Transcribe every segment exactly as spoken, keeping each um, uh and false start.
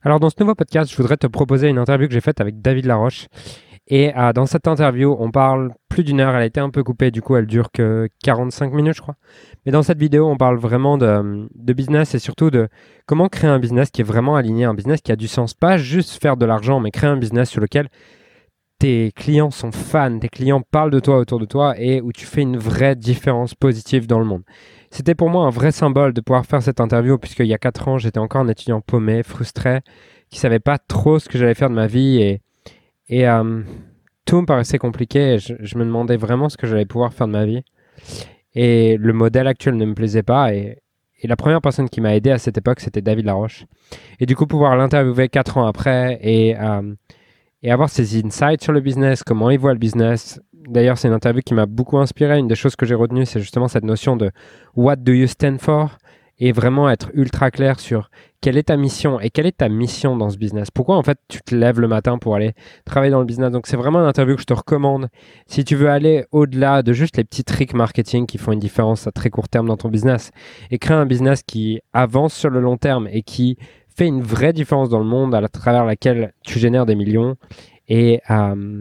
Alors dans ce nouveau podcast, je voudrais te proposer une interview que j'ai faite avec David Laroche. Et euh, dans cette interview, on parle plus d'une heure. Elle a été un peu coupée, du coup elle dure que quarante-cinq minutes je crois. Mais dans cette vidéo, on parle vraiment de, de business et surtout de comment créer un business qui est vraiment aligné, un business qui a du sens. Pas juste faire de l'argent, mais créer un business sur lequel tes clients sont fans, tes clients parlent de toi autour de toi et où tu fais une vraie différence positive dans le monde. C'était pour moi un vrai symbole de pouvoir faire cette interview puisqu'il y a quatre ans, j'étais encore un étudiant paumé, frustré, qui ne savait pas trop ce que j'allais faire de ma vie et, et euh, tout me paraissait compliqué. Et je, je me demandais vraiment ce que j'allais pouvoir faire de ma vie. Et le modèle actuel ne me plaisait pas et, et la première personne qui m'a aidé à cette époque, c'était David Laroche. Et du coup, pouvoir l'interviewer quatre ans après et... Euh, et avoir ses insights sur le business, comment il voit le business. D'ailleurs, c'est une interview qui m'a beaucoup inspiré. Une des choses que j'ai retenues, c'est justement cette notion de « What do you stand for ?» et vraiment être ultra clair sur quelle est ta mission et quelle est ta mission dans ce business. Pourquoi, en fait, tu te lèves le matin pour aller travailler dans le business. Donc, c'est vraiment une interview que je te recommande. Si tu veux aller au-delà de juste les petits tricks marketing qui font une différence à très court terme dans ton business et créer un business qui avance sur le long terme et qui fait une vraie différence dans le monde à travers laquelle tu génères des millions et euh,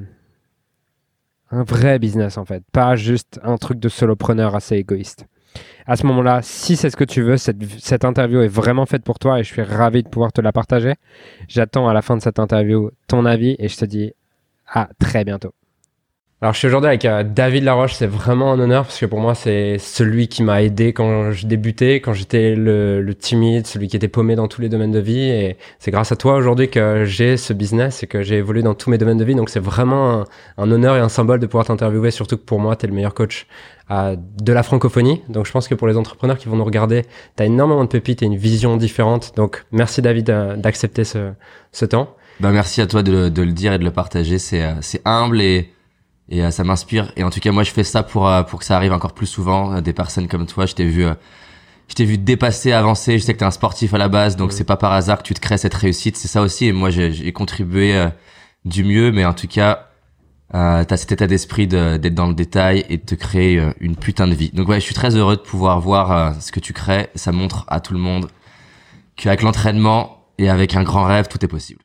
un vrai business en fait, pas juste un truc de solopreneur assez égoïste. À ce moment-là, si c'est ce que tu veux, cette, cette interview est vraiment faite pour toi et je suis ravi de pouvoir te la partager. J'attends à la fin de cette interview ton avis et je te dis à très bientôt. Alors, je suis aujourd'hui avec euh, David Laroche. C'est vraiment un honneur parce que pour moi, c'est celui qui m'a aidé quand je débutais, quand j'étais le, le timide, celui qui était paumé dans tous les domaines de vie. Et c'est grâce à toi aujourd'hui que j'ai ce business et que j'ai évolué dans tous mes domaines de vie. Donc, c'est vraiment un, un honneur et un symbole de pouvoir t'interviewer, surtout que pour moi, tu es le meilleur coach euh, de la francophonie. Donc, je pense que pour les entrepreneurs qui vont nous regarder, tu as énormément de pépites et une vision différente. Donc, merci David euh, d'accepter ce, ce temps. Bah, merci à toi de, de le dire et de le partager. C'est, euh, c'est humble et... Et euh, ça m'inspire. Et en tout cas, moi, je fais ça pour euh, pour que ça arrive encore plus souvent. Euh, des personnes comme toi, je t'ai vu, euh, je t'ai vu dépasser, avancer. Je sais que t'es un sportif à la base, donc mmh. c'est pas par hasard que tu te crées cette réussite. C'est ça aussi. Et moi, j'ai, j'ai contribué euh, du mieux, mais en tout cas, euh, t'as cet état d'esprit de, d'être dans le détail et de te créer euh, une putain de vie. Donc ouais, je suis très heureux de pouvoir voir euh, ce que tu crées. Ça montre à tout le monde qu'avec l'entraînement et avec un grand rêve, tout est possible.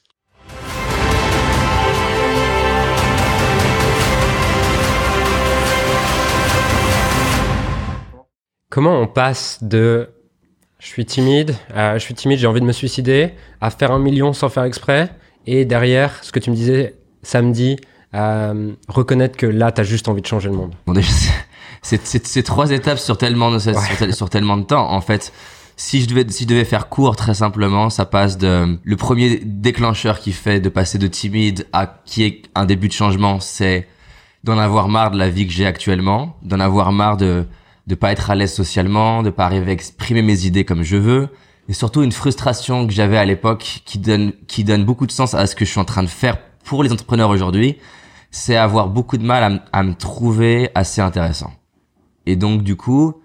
Comment on passe de je suis timide, à je suis timide, j'ai envie de me suicider, à faire un million sans faire exprès, et derrière, ce que tu me disais samedi, euh, reconnaître que là, t'as juste envie de changer le monde. Bon, déjà, c'est, c'est, c'est trois étapes sur tellement de, sur, ouais. sur, sur tellement de temps. En fait, si je devais, si je devais faire court, très simplement, ça passe de, le premier déclencheur qui fait de passer de timide à qui est un début de changement, c'est d'en avoir marre de la vie que j'ai actuellement, d'en avoir marre de, de pas être à l'aise socialement, de pas arriver à exprimer mes idées comme je veux, et surtout une frustration que j'avais à l'époque qui donne qui donne beaucoup de sens à ce que je suis en train de faire pour les entrepreneurs aujourd'hui, c'est avoir beaucoup de mal à, m- à me trouver assez intéressant. Et donc du coup,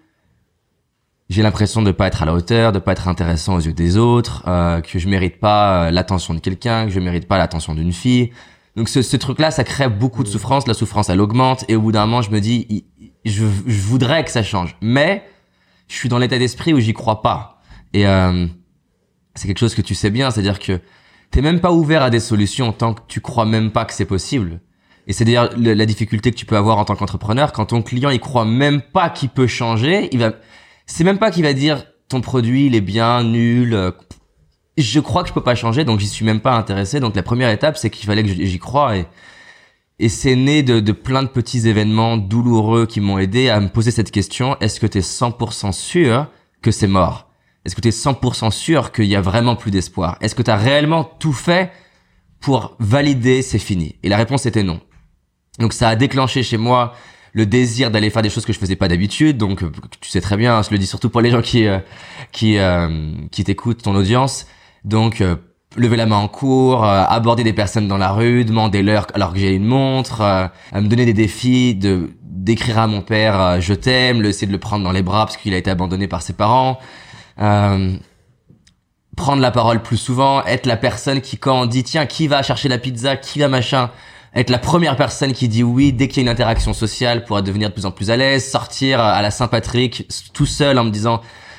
j'ai l'impression de pas être à la hauteur, de pas être intéressant aux yeux des autres, euh, que je mérite pas l'attention de quelqu'un, que je mérite pas l'attention d'une fille. Donc ce, ce truc-là, ça crée beaucoup de souffrance, la souffrance elle augmente, et au bout d'un moment, je me dis il, Je, je voudrais que ça change, mais je suis dans l'état d'esprit où j'y crois pas. Et euh, c'est quelque chose que tu sais bien, c'est-à-dire que t'es même pas ouvert à des solutions tant que tu crois même pas que c'est possible. Et c'est d'ailleurs le, la difficulté que tu peux avoir en tant qu'entrepreneur quand ton client il croit même pas qu'il peut changer. Il va, c'est même pas qu'il va dire ton produit il est bien nul. Euh, je crois que je peux pas changer, donc j'y suis même pas intéressé. Donc la première étape c'est qu'il fallait que j'y croie et Et c'est né de, de plein de petits événements douloureux qui m'ont aidé à me poser cette question. Est-ce que tu es cent pour cent sûr que c'est mort? Est-ce que tu es cent pour cent sûr qu'il y a vraiment plus d'espoir? Est-ce que tu as réellement tout fait pour valider c'est fini? Et la réponse était non. Donc ça a déclenché chez moi le désir d'aller faire des choses que je faisais pas d'habitude. Donc tu sais très bien, je le dis surtout pour les gens qui euh, qui euh, qui t'écoutent, ton audience. Donc euh, lever la main en cours, euh, aborder des personnes dans la rue, demander l'heure alors que j'ai une montre, euh, à me donner des défis, de d'écrire à mon père euh, je t'aime, le, essayer de le prendre dans les bras parce qu'il a été abandonné par ses parents, euh, prendre la parole plus souvent, être la personne qui quand on dit tiens qui va chercher la pizza, qui va machin, être la première personne qui dit oui dès qu'il y a une interaction sociale pour devenir de plus en plus à l'aise, sortir à la Saint-Patrick tout seul en me disant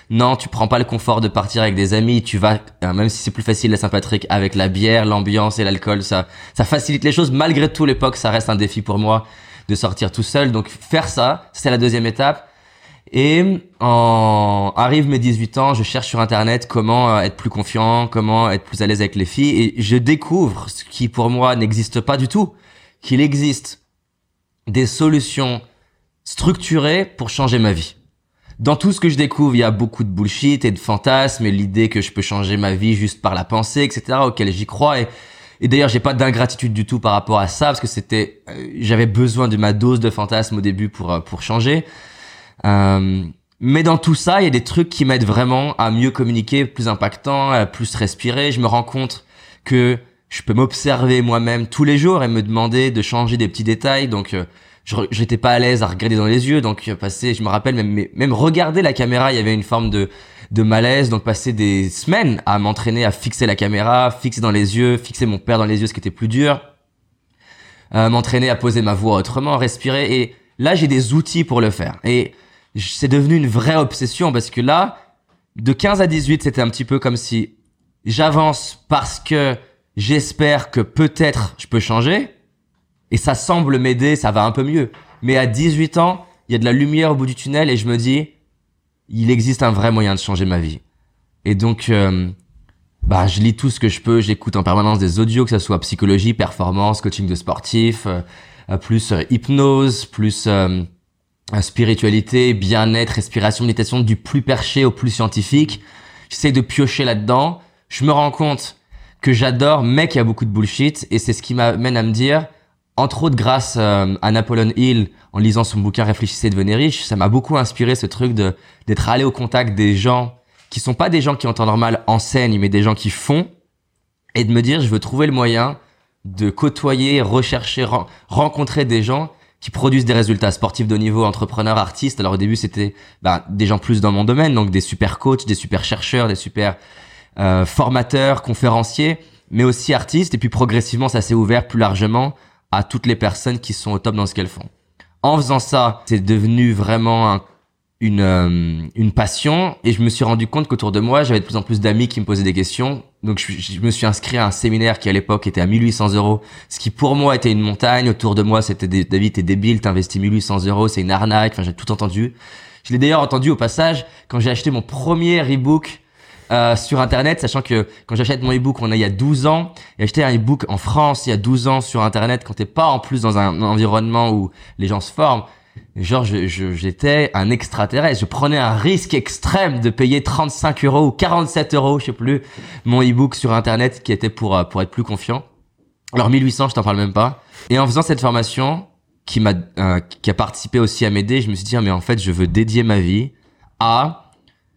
Non, tu prends pas le confort de partir avec des amis. Tu vas, euh, même si c'est plus facile à Saint-Patrick, avec la bière, l'ambiance et l'alcool, ça, ça facilite les choses. Malgré tout, l'époque, ça reste un défi pour moi de sortir tout seul. Donc, faire ça, c'est la deuxième étape. Et en arrive mes dix-huit ans, je cherche sur internet comment être plus confiant, comment être plus à l'aise avec les filles, et je découvre ce qui pour moi n'existe pas du tout, qu'il existe des solutions structurées pour changer ma vie. Dans tout ce que je découvre, il y a beaucoup de bullshit et de fantasmes et l'idée que je peux changer ma vie juste par la pensée, et cetera, auquel j'y crois. Et, et d'ailleurs, j'ai pas d'ingratitude du tout par rapport à ça, parce que c'était, euh, j'avais besoin de ma dose de fantasmes au début pour pour changer. Euh, mais dans tout ça, il y a des trucs qui m'aident vraiment à mieux communiquer, plus impactant, à plus respirer. Je me rends compte que je peux m'observer moi-même tous les jours et me demander de changer des petits détails. Donc, euh, je, j'étais pas à l'aise à regarder dans les yeux. Donc, euh, passer, je me rappelle même, même regarder la caméra, il y avait une forme de, de malaise. Donc, passer des semaines à m'entraîner à fixer la caméra, fixer dans les yeux, fixer mon père dans les yeux, ce qui était plus dur. Euh, m'entraîner à poser ma voix autrement, respirer. Et là, j'ai des outils pour le faire. Et c'est devenu une vraie obsession parce que là, de quinze à dix-huit, c'était un petit peu comme si j'avance parce que j'espère que peut-être je peux changer et ça semble m'aider, ça va un peu mieux. Mais à dix-huit ans, il y a de la lumière au bout du tunnel et je me dis, il existe un vrai moyen de changer ma vie. Et donc, euh, bah, je lis tout ce que je peux, j'écoute en permanence des audios, que ça soit psychologie, performance, coaching de sportif, euh, plus euh, hypnose, plus... Euh, spiritualité, bien-être, respiration, méditation, du plus perché au plus scientifique. J'essaie de piocher là-dedans. Je me rends compte que j'adore, mais qu'il y a beaucoup de bullshit. Et c'est ce qui m'amène à me dire, entre autres grâce euh, à Napoleon Hill, en lisant son bouquin Réfléchissez et devenez riche, ça m'a beaucoup inspiré ce truc de d'être allé au contact des gens qui sont pas des gens qui en temps normal enseignent, mais des gens qui font. Et de me dire, je veux trouver le moyen de côtoyer, rechercher, ren- rencontrer des gens qui produisent des résultats sportifs de haut niveau, entrepreneurs, artistes. Alors au début, c'était bah, des gens plus dans mon domaine, donc des super coachs, des super chercheurs, des super euh, formateurs, conférenciers, mais aussi artistes. Et puis progressivement, ça s'est ouvert plus largement à toutes les personnes qui sont au top dans ce qu'elles font. En faisant ça, c'est devenu vraiment un, une euh, une passion et je me suis rendu compte qu'autour de moi, j'avais de plus en plus d'amis qui me posaient des questions. Donc je, je me suis inscrit à un séminaire qui à l'époque était à mille huit cents euros, ce qui pour moi était une montagne. Autour de moi, c'était des, David, t'es débile, t'investis mille huit cents euros, c'est une arnaque. Enfin, j'ai tout entendu. Je l'ai d'ailleurs entendu au passage quand j'ai acheté mon premier e-book euh, sur internet, sachant que quand j'achète mon e-book, on a il y a douze ans, et acheter un e-book en France il y a douze ans sur internet, quand t'es pas en plus dans un environnement où les gens se forment, genre je, je, j'étais un extraterrestre. Je prenais un risque extrême de payer trente-cinq euros ou quarante-sept euros, je sais plus, mon e-book sur internet qui était pour, pour être plus confiant. Alors mille huit cents, je t'en parle même pas. Et en faisant cette formation, qui m'a, euh, qui a participé aussi à m'aider, je me suis dit, ah, mais en fait, je veux dédier ma vie à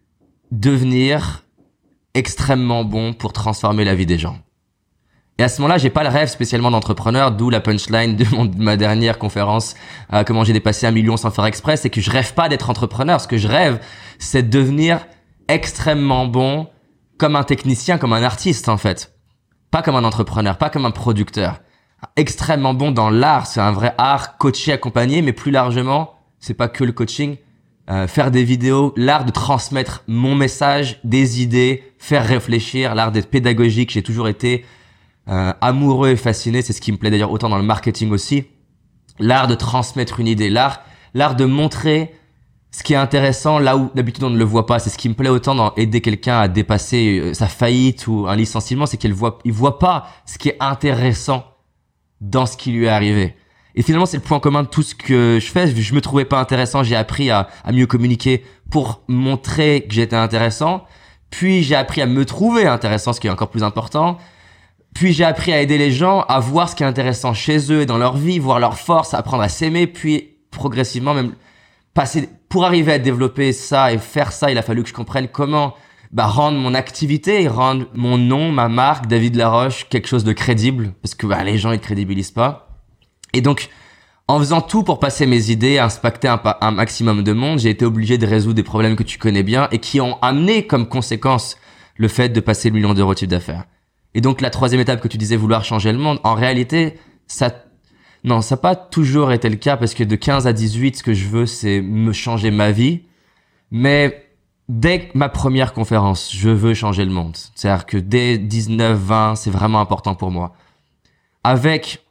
devenir extrêmement bon pour transformer la vie des gens. Et à ce moment-là, j'ai pas le rêve spécialement d'entrepreneur, d'où la punchline de, mon, de ma dernière conférence, euh, comment j'ai dépassé un million sans faire exprès, c'est que je rêve pas d'être entrepreneur. Ce que je rêve, c'est de devenir extrêmement bon comme un technicien, comme un artiste en fait. Pas comme un entrepreneur, pas comme un producteur. Extrêmement bon dans l'art, c'est un vrai art, coaché, accompagné, mais plus largement, c'est pas que le coaching. Euh, faire des vidéos, l'art de transmettre mon message, des idées, faire réfléchir, l'art d'être pédagogique, j'ai toujours été euh, amoureux et fasciné, c'est ce qui me plaît d'ailleurs autant dans le marketing aussi. L'art de transmettre une idée, l'art, l'art de montrer ce qui est intéressant là où d'habitude on ne le voit pas. C'est ce qui me plaît autant dans aider quelqu'un à dépasser euh, sa faillite ou un licenciement, c'est qu'il voit, il voit pas ce qui est intéressant dans ce qui lui est arrivé. Et finalement, c'est le point commun de tout ce que je fais. Je me trouvais pas intéressant, j'ai appris à, à mieux communiquer pour montrer que j'étais intéressant. Puis j'ai appris à me trouver intéressant, ce qui est encore plus important. Puis j'ai appris à aider les gens à voir ce qui est intéressant chez eux et dans leur vie, voir leur force, apprendre à s'aimer. Puis progressivement, même passer, pour arriver à développer ça et faire ça, il a fallu que je comprenne comment bah, rendre mon activité, rendre mon nom, ma marque, David Laroche, quelque chose de crédible. Parce que bah, les gens, ils ne crédibilisent pas. Et donc, en faisant tout pour passer mes idées, impacter un, un maximum de monde, j'ai été obligé de résoudre des problèmes que tu connais bien et qui ont amené comme conséquence le fait de passer le million d'euros de chiffre d'affaires. Et donc, la troisième étape que tu disais, vouloir changer le monde, en réalité, ça, non, ça n'a pas toujours été le cas parce que de quinze à dix-huit, ce que je veux, c'est me changer ma vie. Mais dès ma première conférence, je veux changer le monde. C'est-à-dire que dès dix-neuf vingt, c'est vraiment important pour moi. Avec,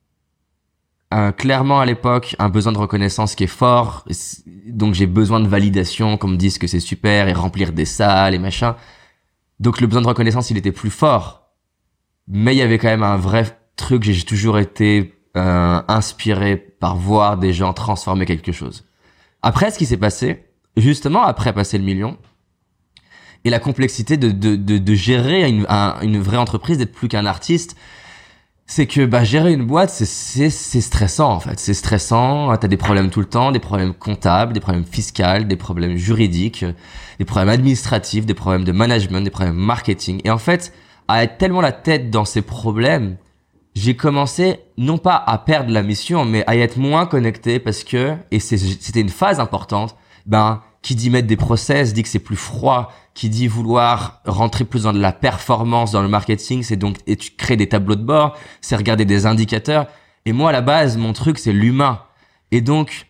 euh, clairement à l'époque, un besoin de reconnaissance qui est fort. Donc j'ai besoin de validation, qu'on me dise que c'est super, et remplir des salles et machin. Donc le besoin de reconnaissance, il était plus fort. Mais il y avait quand même un vrai truc, j'ai toujours été euh, inspiré par voir des gens transformer quelque chose. Après, ce qui s'est passé, justement après passer le million, et la complexité de, de, de, de gérer une, un, une vraie entreprise, d'être plus qu'un artiste, c'est que bah, gérer une boîte, c'est, c'est, c'est stressant en fait. C'est stressant, t'as des problèmes tout le temps, des problèmes comptables, des problèmes fiscaux, des problèmes juridiques, des problèmes administratifs, des problèmes de management, des problèmes marketing. Et en fait, à être tellement la tête dans ces problèmes, j'ai commencé non pas à perdre la mission, mais à y être moins connecté parce que, et c'est, c'était une phase importante, ben, qui dit mettre des process, dit que c'est plus froid, qui dit vouloir rentrer plus dans de la performance dans le marketing, c'est donc, et tu crées des tableaux de bord, c'est regarder des indicateurs. Et moi, à la base, mon truc, c'est l'humain. Et donc,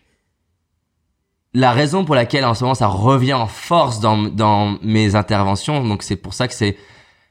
la raison pour laquelle en ce moment ça revient en force dans, dans mes interventions, donc c'est pour ça que c'est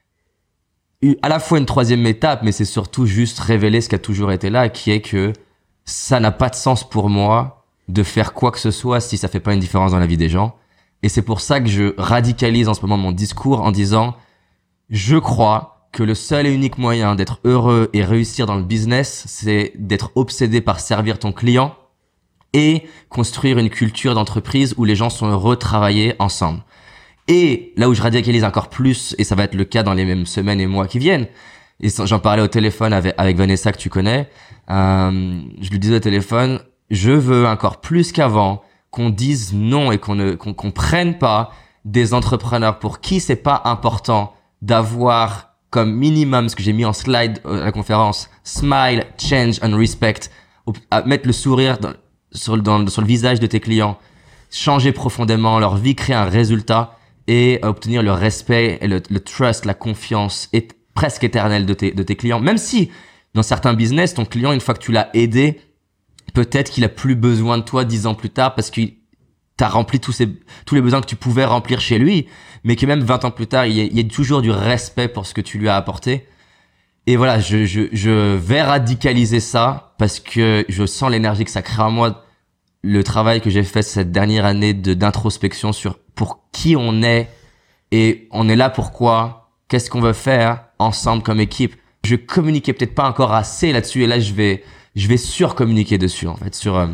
à la fois une troisième étape, mais c'est surtout juste révéler ce qui a toujours été là, qui est que ça n'a pas de sens pour moi de faire quoi que ce soit si ça fait pas une différence dans la vie des gens. Et c'est pour ça que je radicalise en ce moment mon discours en disant je crois que le seul et unique moyen d'être heureux et réussir dans le business, c'est d'être obsédé par servir ton client et construire une culture d'entreprise où les gens sont heureux de travailler ensemble. Et là où je radicalise encore plus, et ça va être le cas dans les mêmes semaines et mois qui viennent, et j'en parlais au téléphone avec, avec Vanessa que tu connais, euh, je lui disais au téléphone, je veux encore plus qu'avant qu'on dise non et qu'on ne qu'on, qu'on prenne pas des entrepreneurs pour qui c'est pas important d'avoir comme minimum ce que j'ai mis en slide à la conférence, smile, change and respect, à mettre le sourire dans, sur, dans, sur le visage de tes clients, changer profondément leur vie, créer un résultat et obtenir le respect et le, le trust, la confiance et presque éternelle de tes, de tes clients. Même si dans certains business, ton client, une fois que tu l'as aidé, peut-être qu'il a plus besoin de toi dix ans plus tard parce qu'il t'a rempli tous ces, tous les besoins que tu pouvais remplir chez lui, mais que même vingt ans plus tard, il y a, il y a toujours du respect pour ce que tu lui as apporté. Et voilà, je, je, je vais radicaliser ça parce que je sens l'énergie que ça crée en moi. Le travail que j'ai fait cette dernière année de, d'introspection sur pour qui on est et on est là pourquoi, qu'est-ce qu'on veut faire ensemble comme équipe. Je communiquais peut-être pas encore assez là-dessus et là je vais, je vais surcommuniquer dessus en fait. Sur, euh,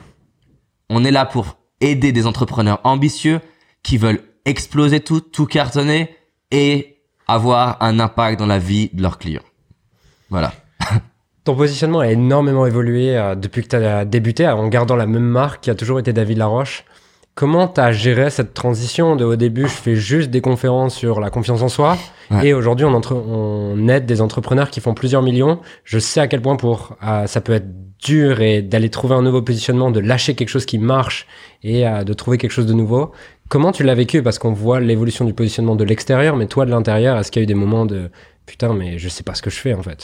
on est là pour aider des entrepreneurs ambitieux qui veulent exploser tout, tout cartonner et avoir un impact dans la vie de leurs clients. Voilà. Ton positionnement a énormément évolué euh, depuis que tu as débuté, en gardant la même marque qui a toujours été David Laroche. Comment tu as géré cette transition de au début, je fais juste des conférences sur la confiance en soi, ouais. Et aujourd'hui, on, entre, on aide des entrepreneurs qui font plusieurs millions. Je sais à quel point pour euh, ça peut être dur et d'aller trouver un nouveau positionnement, de lâcher quelque chose qui marche et euh, de trouver quelque chose de nouveau. Comment tu l'as vécu? Parce qu'on voit l'évolution du positionnement de l'extérieur, mais toi de l'intérieur, est-ce qu'il y a eu des moments de « putain, mais je sais pas ce que je fais en fait »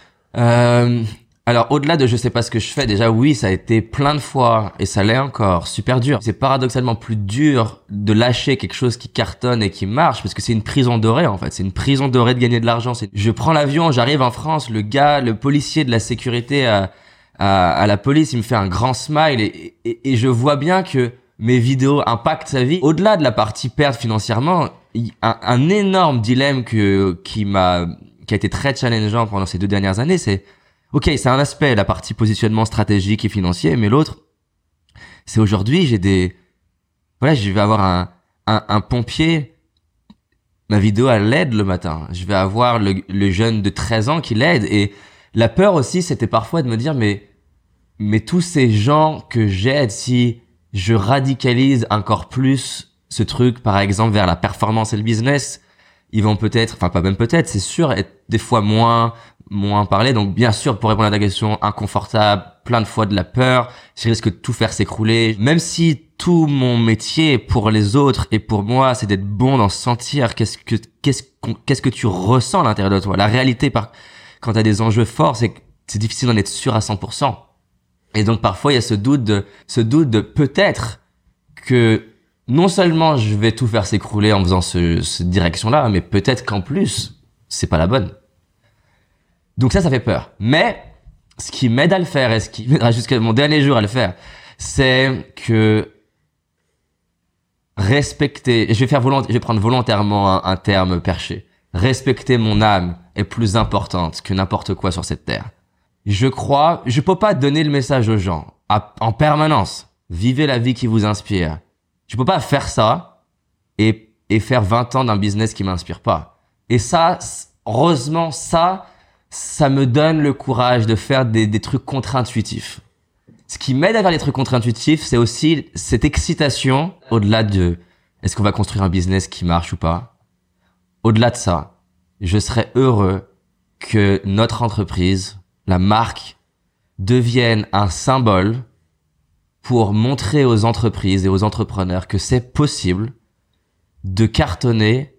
Euh, alors au-delà de je sais pas ce que je fais, déjà oui, ça a été plein de fois et ça l'est encore super dur. C'est paradoxalement plus dur de lâcher quelque chose qui cartonne et qui marche parce que c'est une prison dorée en fait. C'est une prison dorée de gagner de l'argent. C'est... Je prends l'avion, j'arrive en France, le gars, le policier de la sécurité à, à, à la police, il me fait un grand smile et, et, et je vois bien que mes vidéos impactent sa vie. Au-delà de la partie perte financièrement, un, un énorme dilemme que qui m'a qui a été très challengeant pendant ces deux dernières années, c'est, ok, c'est un aspect, la partie positionnement stratégique et financier, mais l'autre, c'est aujourd'hui, j'ai des, voilà, je vais avoir un, un, un pompier, ma vidéo, elle l'aide le matin. Je vais avoir le, le jeune de treize ans qui l'aide. Et la peur aussi, c'était parfois de me dire, mais, mais tous ces gens que j'aide, si je radicalise encore plus ce truc, par exemple, vers la performance et le business, ils vont peut-être, enfin pas même peut-être, c'est sûr, être des fois moins moins parlé. Donc bien sûr, pour répondre à ta question, inconfortable, plein de fois de la peur, je risque de tout faire s'écrouler. Même si tout mon métier pour les autres et pour moi, c'est d'être bon dans se sentir qu'est-ce que qu'est-ce qu'est-ce que tu ressens à l'intérieur de toi. La réalité, par quand t'as des enjeux forts, c'est que c'est difficile d'en être sûr à cent pour cent. Et donc parfois il y a ce doute de ce doute de peut-être que non seulement je vais tout faire s'écrouler en faisant ce, cette direction-là, mais peut-être qu'en plus, c'est pas la bonne. Donc ça, ça fait peur. Mais ce qui m'aide à le faire et ce qui m'aidera jusqu'à mon dernier jour à le faire, c'est que respecter, et je vais faire volont, je vais prendre volontairement un, un terme perché. Respecter mon âme est plus importante que n'importe quoi sur cette terre. Je crois, je peux pas donner le message aux gens à, en permanence. Vivez la vie qui vous inspire. Je peux pas faire ça et, et faire vingt ans d'un business qui m'inspire pas. Et ça, heureusement, ça, ça me donne le courage de faire des, des trucs contre-intuitifs. Ce qui m'aide à faire des trucs contre-intuitifs, c'est aussi cette excitation au-delà de est-ce qu'on va construire un business qui marche ou pas. Au-delà de ça, je serais heureux que notre entreprise, la marque, devienne un symbole pour montrer aux entreprises et aux entrepreneurs que c'est possible de cartonner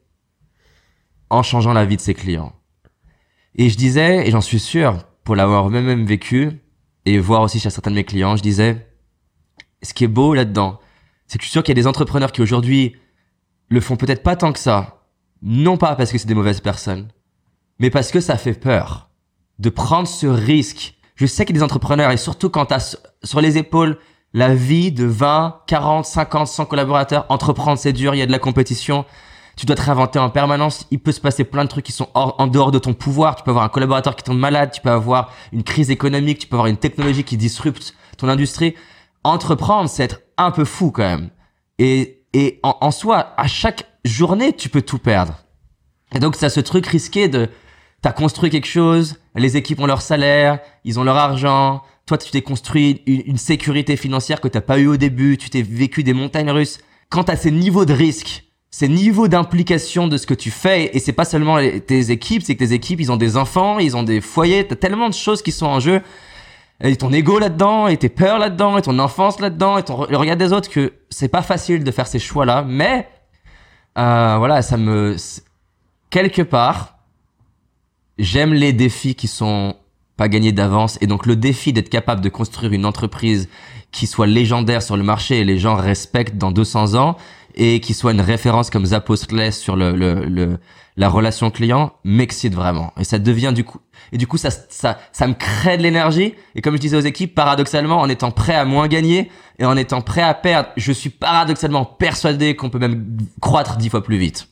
en changeant la vie de ses clients. Et je disais, et j'en suis sûr, pour l'avoir même vécu, et voir aussi chez certains de mes clients, je disais, ce qui est beau là-dedans, c'est que je suis sûr qu'il y a des entrepreneurs qui aujourd'hui le font peut-être pas tant que ça, non pas parce que c'est des mauvaises personnes, mais parce que ça fait peur de prendre ce risque. Je sais qu'il y a des entrepreneurs, et surtout quand t'as sur les épaules la vie de vingt, quarante, cinquante, cent collaborateurs, entreprendre c'est dur, il y a de la compétition, tu dois te réinventer en permanence, il peut se passer plein de trucs qui sont hors, en dehors de ton pouvoir, tu peux avoir un collaborateur qui tombe malade, tu peux avoir une crise économique, tu peux avoir une technologie qui disrupte ton industrie. Entreprendre, c'est être un peu fou quand même. Et, et en, en soi, à chaque journée, tu peux tout perdre. Et donc, c'est ce truc risqué de, t'as construit quelque chose, les équipes ont leur salaire, ils ont leur argent, toi, tu t'es construit une, une sécurité financière que t'as pas eu au début, tu t'es vécu des montagnes russes. Quand t'as ces niveaux de risque, ces niveaux d'implication de ce que tu fais, et c'est pas seulement les, tes équipes, c'est que tes équipes, ils ont des enfants, ils ont des foyers, t'as tellement de choses qui sont en jeu, et ton ego là-dedans, et tes peurs là-dedans, et ton enfance là-dedans, et ton, le regard des autres, que c'est pas facile de faire ces choix-là, mais, euh, voilà, ça me, quelque part, j'aime les défis qui sont pas gagnés d'avance, et donc le défi d'être capable de construire une entreprise qui soit légendaire sur le marché et les gens respectent dans deux cents ans, et qui soit une référence comme Zappos sur le, le, le, la relation client, m'excite vraiment. Et ça devient du coup, et du coup, ça, ça, ça me crée de l'énergie. Et comme je disais aux équipes, paradoxalement, en étant prêt à moins gagner et en étant prêt à perdre, je suis paradoxalement persuadé qu'on peut même croître dix fois plus vite.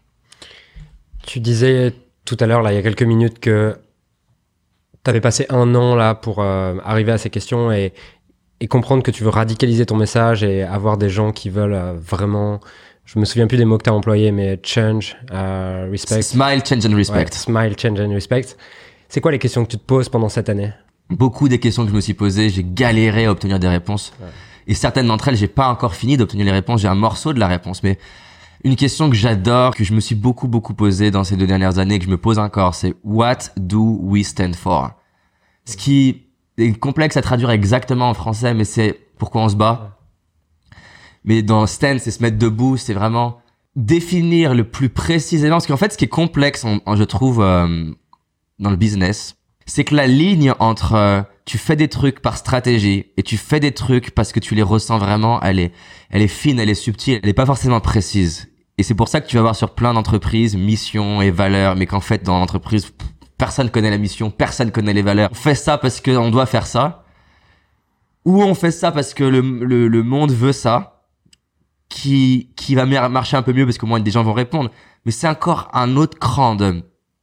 Tu disais tout à l'heure, là, il y a quelques minutes, que tu avais passé un an là pour euh, arriver à ces questions et, et comprendre que tu veux radicaliser ton message et avoir des gens qui veulent euh, vraiment, je me souviens plus des mots que tu as employés, mais change, uh, respect. Smile, change and respect. Ouais, smile, change and respect. C'est quoi les questions que tu te poses pendant cette année? Beaucoup des questions que je me suis posées, j'ai galéré à obtenir des réponses. Ouais. Et certaines d'entre elles, j'ai pas encore fini d'obtenir les réponses, j'ai un morceau de la réponse. Mais une question que j'adore, que je me suis beaucoup, beaucoup posée dans ces deux dernières années, que je me pose encore, c'est What do we stand for? Ce qui est complexe à traduire exactement en français, mais c'est pourquoi on se bat. Mais dans stand, c'est se mettre debout, c'est vraiment définir le plus précisément. Parce qu'en fait, ce qui est complexe, en, en, je trouve, euh, dans le business, c'est que la ligne entre euh, tu fais des trucs par stratégie et tu fais des trucs parce que tu les ressens vraiment, elle est, elle est fine, elle est subtile, elle est pas forcément précise. Et c'est pour ça que tu vas voir sur plein d'entreprises mission et valeurs, mais qu'en fait, dans l'entreprise, personne connaît la mission, personne connaît les valeurs. On fait ça parce qu'on doit faire ça, ou on fait ça parce que le, le, le monde veut ça, qui, qui va marcher un peu mieux parce qu'au moins des gens vont répondre. Mais c'est encore un autre cran de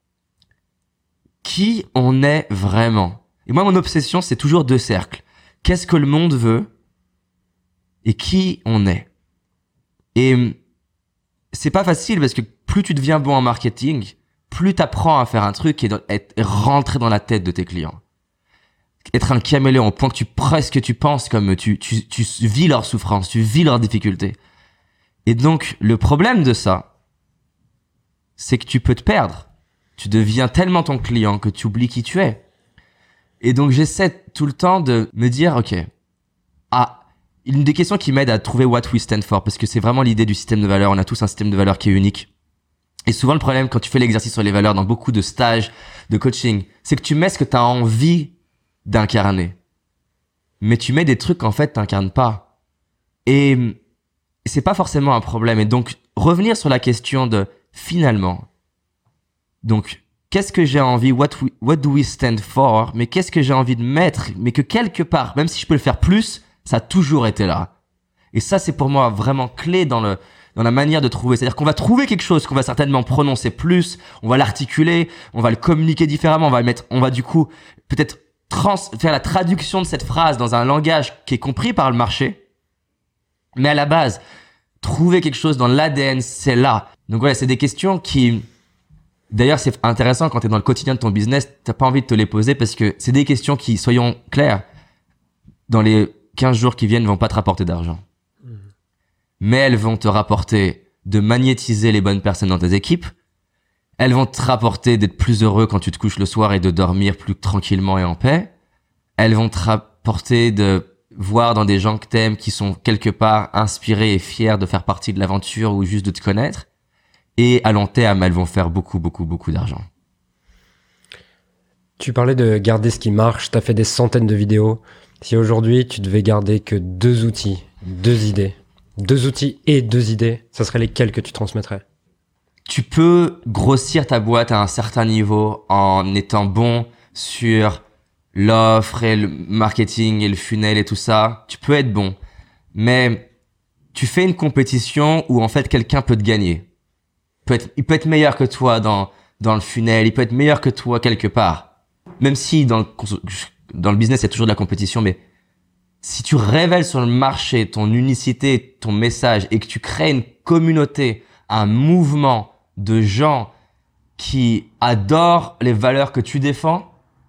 qui on est vraiment. Et moi, mon obsession, c'est toujours deux cercles. Qu'est-ce que le monde veut et qui on est. Et c'est pas facile parce que plus tu deviens bon en marketing, plus t'apprends à faire un truc et être rentré dans la tête de tes clients. Être un caméléon au point que tu presque tu penses comme tu, tu, tu vis leur souffrance, tu vis leurs difficultés. Et donc, le problème de ça, c'est que tu peux te perdre. Tu deviens tellement ton client que tu oublies qui tu es. Et donc, j'essaie tout le temps de me dire, ok, ah, une des questions qui m'aide à trouver what we stand for, parce que c'est vraiment l'idée du système de valeurs. On a tous un système de valeurs qui est unique. Et souvent, le problème quand tu fais l'exercice sur les valeurs dans beaucoup de stages, de coaching, c'est que tu mets ce que tu as envie d'incarner. Mais tu mets des trucs qu'en fait, tu n'incarnes pas. Et c'est pas forcément un problème. Et donc, revenir sur la question de finalement, donc, qu'est-ce que j'ai envie, what, we, what do we stand for, mais qu'est-ce que j'ai envie de mettre, mais que quelque part, même si je peux le faire plus, ça a toujours été là. Et ça, c'est pour moi vraiment clé dans le, dans la manière de trouver. C'est-à-dire qu'on va trouver quelque chose qu'on va certainement prononcer plus, on va l'articuler, on va le communiquer différemment, on va le mettre, on va du coup, peut-être trans, faire la traduction de cette phrase dans un langage qui est compris par le marché. Mais à la base, trouver quelque chose dans l'A D N, c'est là. Donc voilà, c'est des questions qui, d'ailleurs, c'est intéressant quand tu es dans le quotidien de ton business, t'as pas envie de te les poser parce que c'est des questions qui, soyons clairs, dans les quinze jours qui viennent, vont pas te rapporter d'argent. Mmh. Mais elles vont te rapporter de magnétiser les bonnes personnes dans tes équipes. Elles vont te rapporter d'être plus heureux quand tu te couches le soir et de dormir plus tranquillement et en paix. Elles vont te rapporter de voir dans des gens que t'aimes qui sont quelque part inspirés et fiers de faire partie de l'aventure ou juste de te connaître. Et à long terme, elles vont faire beaucoup, beaucoup, beaucoup d'argent. Tu parlais de garder ce qui marche, tu as fait des centaines de vidéos. Si aujourd'hui, tu devais garder que deux outils, deux idées, deux outils et deux idées, ça serait lesquels que tu transmettrais? Tu peux grossir ta boîte à un certain niveau en étant bon sur l'offre et le marketing et le funnel et tout ça. Tu peux être bon, mais tu fais une compétition où en fait quelqu'un peut te gagner. Peut être, il peut être meilleur que toi dans, dans le funnel, il peut être meilleur que toi quelque part. Même si dans le, dans le business, il y a toujours de la compétition, mais si tu révèles sur le marché ton unicité, ton message et que tu crées une communauté, un mouvement de gens qui adorent les valeurs que tu défends,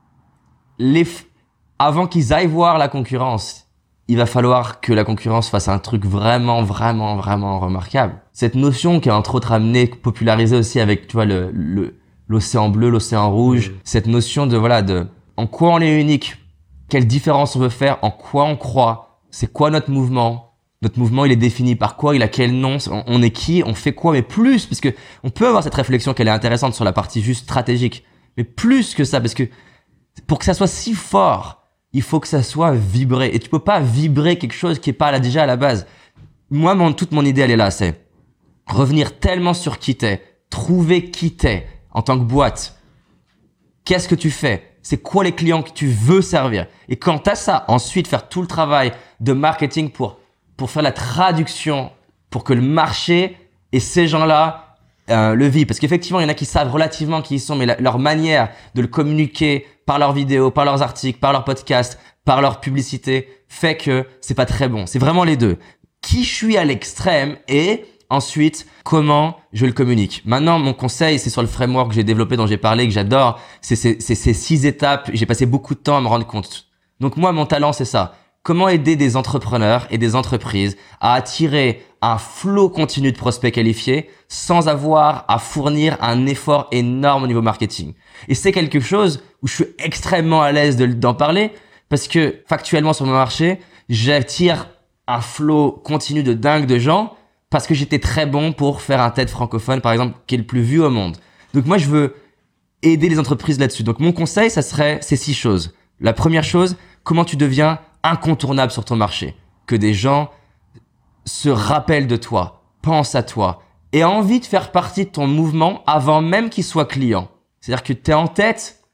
les f... avant qu'ils aillent voir la concurrence, il va falloir que la concurrence fasse un truc vraiment, vraiment, vraiment remarquable. Cette notion qui est entre autres amenée, popularisée aussi avec, tu vois, le, le, l'océan bleu, l'océan rouge, mmh. Cette notion de, voilà, de, en quoi on est unique, quelle différence on veut faire, en quoi on croit, c'est quoi notre mouvement. Notre mouvement, il est défini par quoi, il a quel nom, on, on est qui, on fait quoi, mais plus, parce que on peut avoir cette réflexion qu'elle est intéressante sur la partie juste stratégique, mais plus que ça, parce que pour que ça soit si fort, il faut que ça soit vibré. Et tu peux pas vibrer quelque chose qui est pas là déjà à la base. Moi, mon, toute mon idée, elle est là, c'est revenir tellement sur qui t'es, trouver qui t'es en tant que boîte. Qu'est-ce que tu fais? C'est quoi les clients que tu veux servir? Et quand t'as ça, ensuite faire tout le travail de marketing pour, pour faire la traduction, pour que le marché et ces gens-là euh, le vivent. Parce qu'effectivement, il y en a qui savent relativement qui ils sont, mais la, leur manière de le communiquer par leurs vidéos, par leurs articles, par leurs podcasts, par leur publicité, fait que c'est pas très bon. C'est vraiment les deux. Qui je suis à l'extrême et ensuite, comment je le communique. Maintenant, mon conseil, c'est sur le framework que j'ai développé, dont j'ai parlé, que j'adore. C'est ces six étapes. J'ai passé beaucoup de temps à me rendre compte. Donc moi, mon talent, c'est ça. Comment aider des entrepreneurs et des entreprises à attirer un flot continu de prospects qualifiés sans avoir à fournir un effort énorme au niveau marketing. Et c'est quelque chose où je suis extrêmement à l'aise d'en parler parce que factuellement sur mon marché, j'attire un flot continu de dingue de gens parce que j'étais très bon pour faire un TED francophone, par exemple, qui est le plus vu au monde. Donc moi, je veux aider les entreprises là-dessus. Donc mon conseil, ça serait ces six choses. La première chose, comment tu deviens incontournable sur ton marché. Que des gens se rappellent de toi, pensent à toi, aient envie de faire partie de ton mouvement avant même qu'ils soient clients. C'est-à-dire que tu es en tête,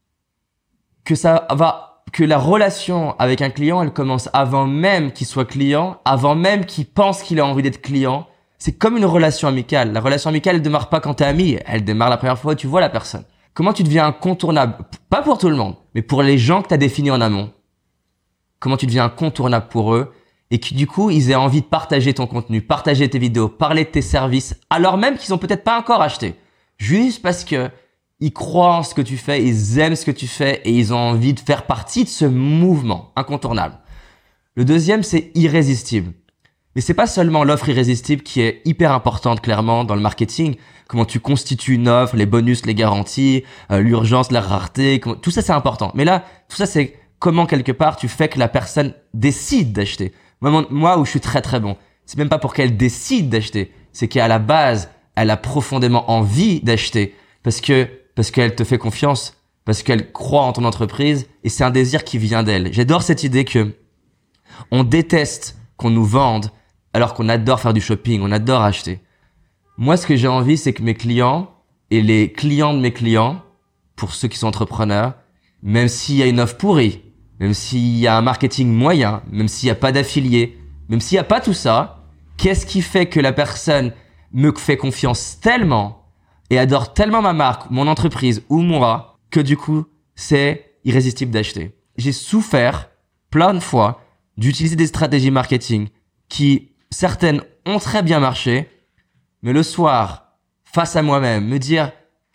que ça va, que la relation avec un client, elle commence avant même qu'il soit client, avant même qu'il pense qu'il a envie d'être client. C'est comme une relation amicale. La relation amicale, elle démarre pas quand t'es ami, elle démarre la première fois où tu vois la personne. Comment tu deviens incontournable? Pas pour tout le monde, mais pour les gens que tu as définis en amont. Comment tu deviens incontournable pour eux et que du coup, ils aient envie de partager ton contenu, partager tes vidéos, parler de tes services, alors même qu'ils ont peut-être pas encore acheté. Juste parce que ils croient en ce que tu fais, ils aiment ce que tu fais et ils ont envie de faire partie de ce mouvement incontournable. Le deuxième, c'est irrésistible. Mais c'est pas seulement l'offre irrésistible qui est hyper importante clairement dans le marketing. Comment tu constitues une offre, les bonus, les garanties, euh, l'urgence, la rareté, comment... tout ça c'est important. Mais là, tout ça c'est comment quelque part tu fais que la personne décide d'acheter. Moi, moi où je suis très très bon, c'est même pas pour qu'elle décide d'acheter, c'est qu'à la base, elle a profondément envie d'acheter parce que parce qu'elle te fait confiance, parce qu'elle croit en ton entreprise et c'est un désir qui vient d'elle. J'adore cette idée que on déteste qu'on nous vende alors qu'on adore faire du shopping, on adore acheter. Moi, ce que j'ai envie, c'est que mes clients et les clients de mes clients, pour ceux qui sont entrepreneurs, même s'il y a une offre pourrie, même s'il y a un marketing moyen, même s'il n'y a pas d'affiliés, même s'il n'y a pas tout ça, qu'est-ce qui fait que la personne me fait confiance tellement et adore tellement ma marque, mon entreprise ou moi, que du coup, c'est irrésistible d'acheter. J'ai souffert plein de fois d'utiliser des stratégies marketing qui, certaines, ont très bien marché, mais le soir, face à moi-même, me dire,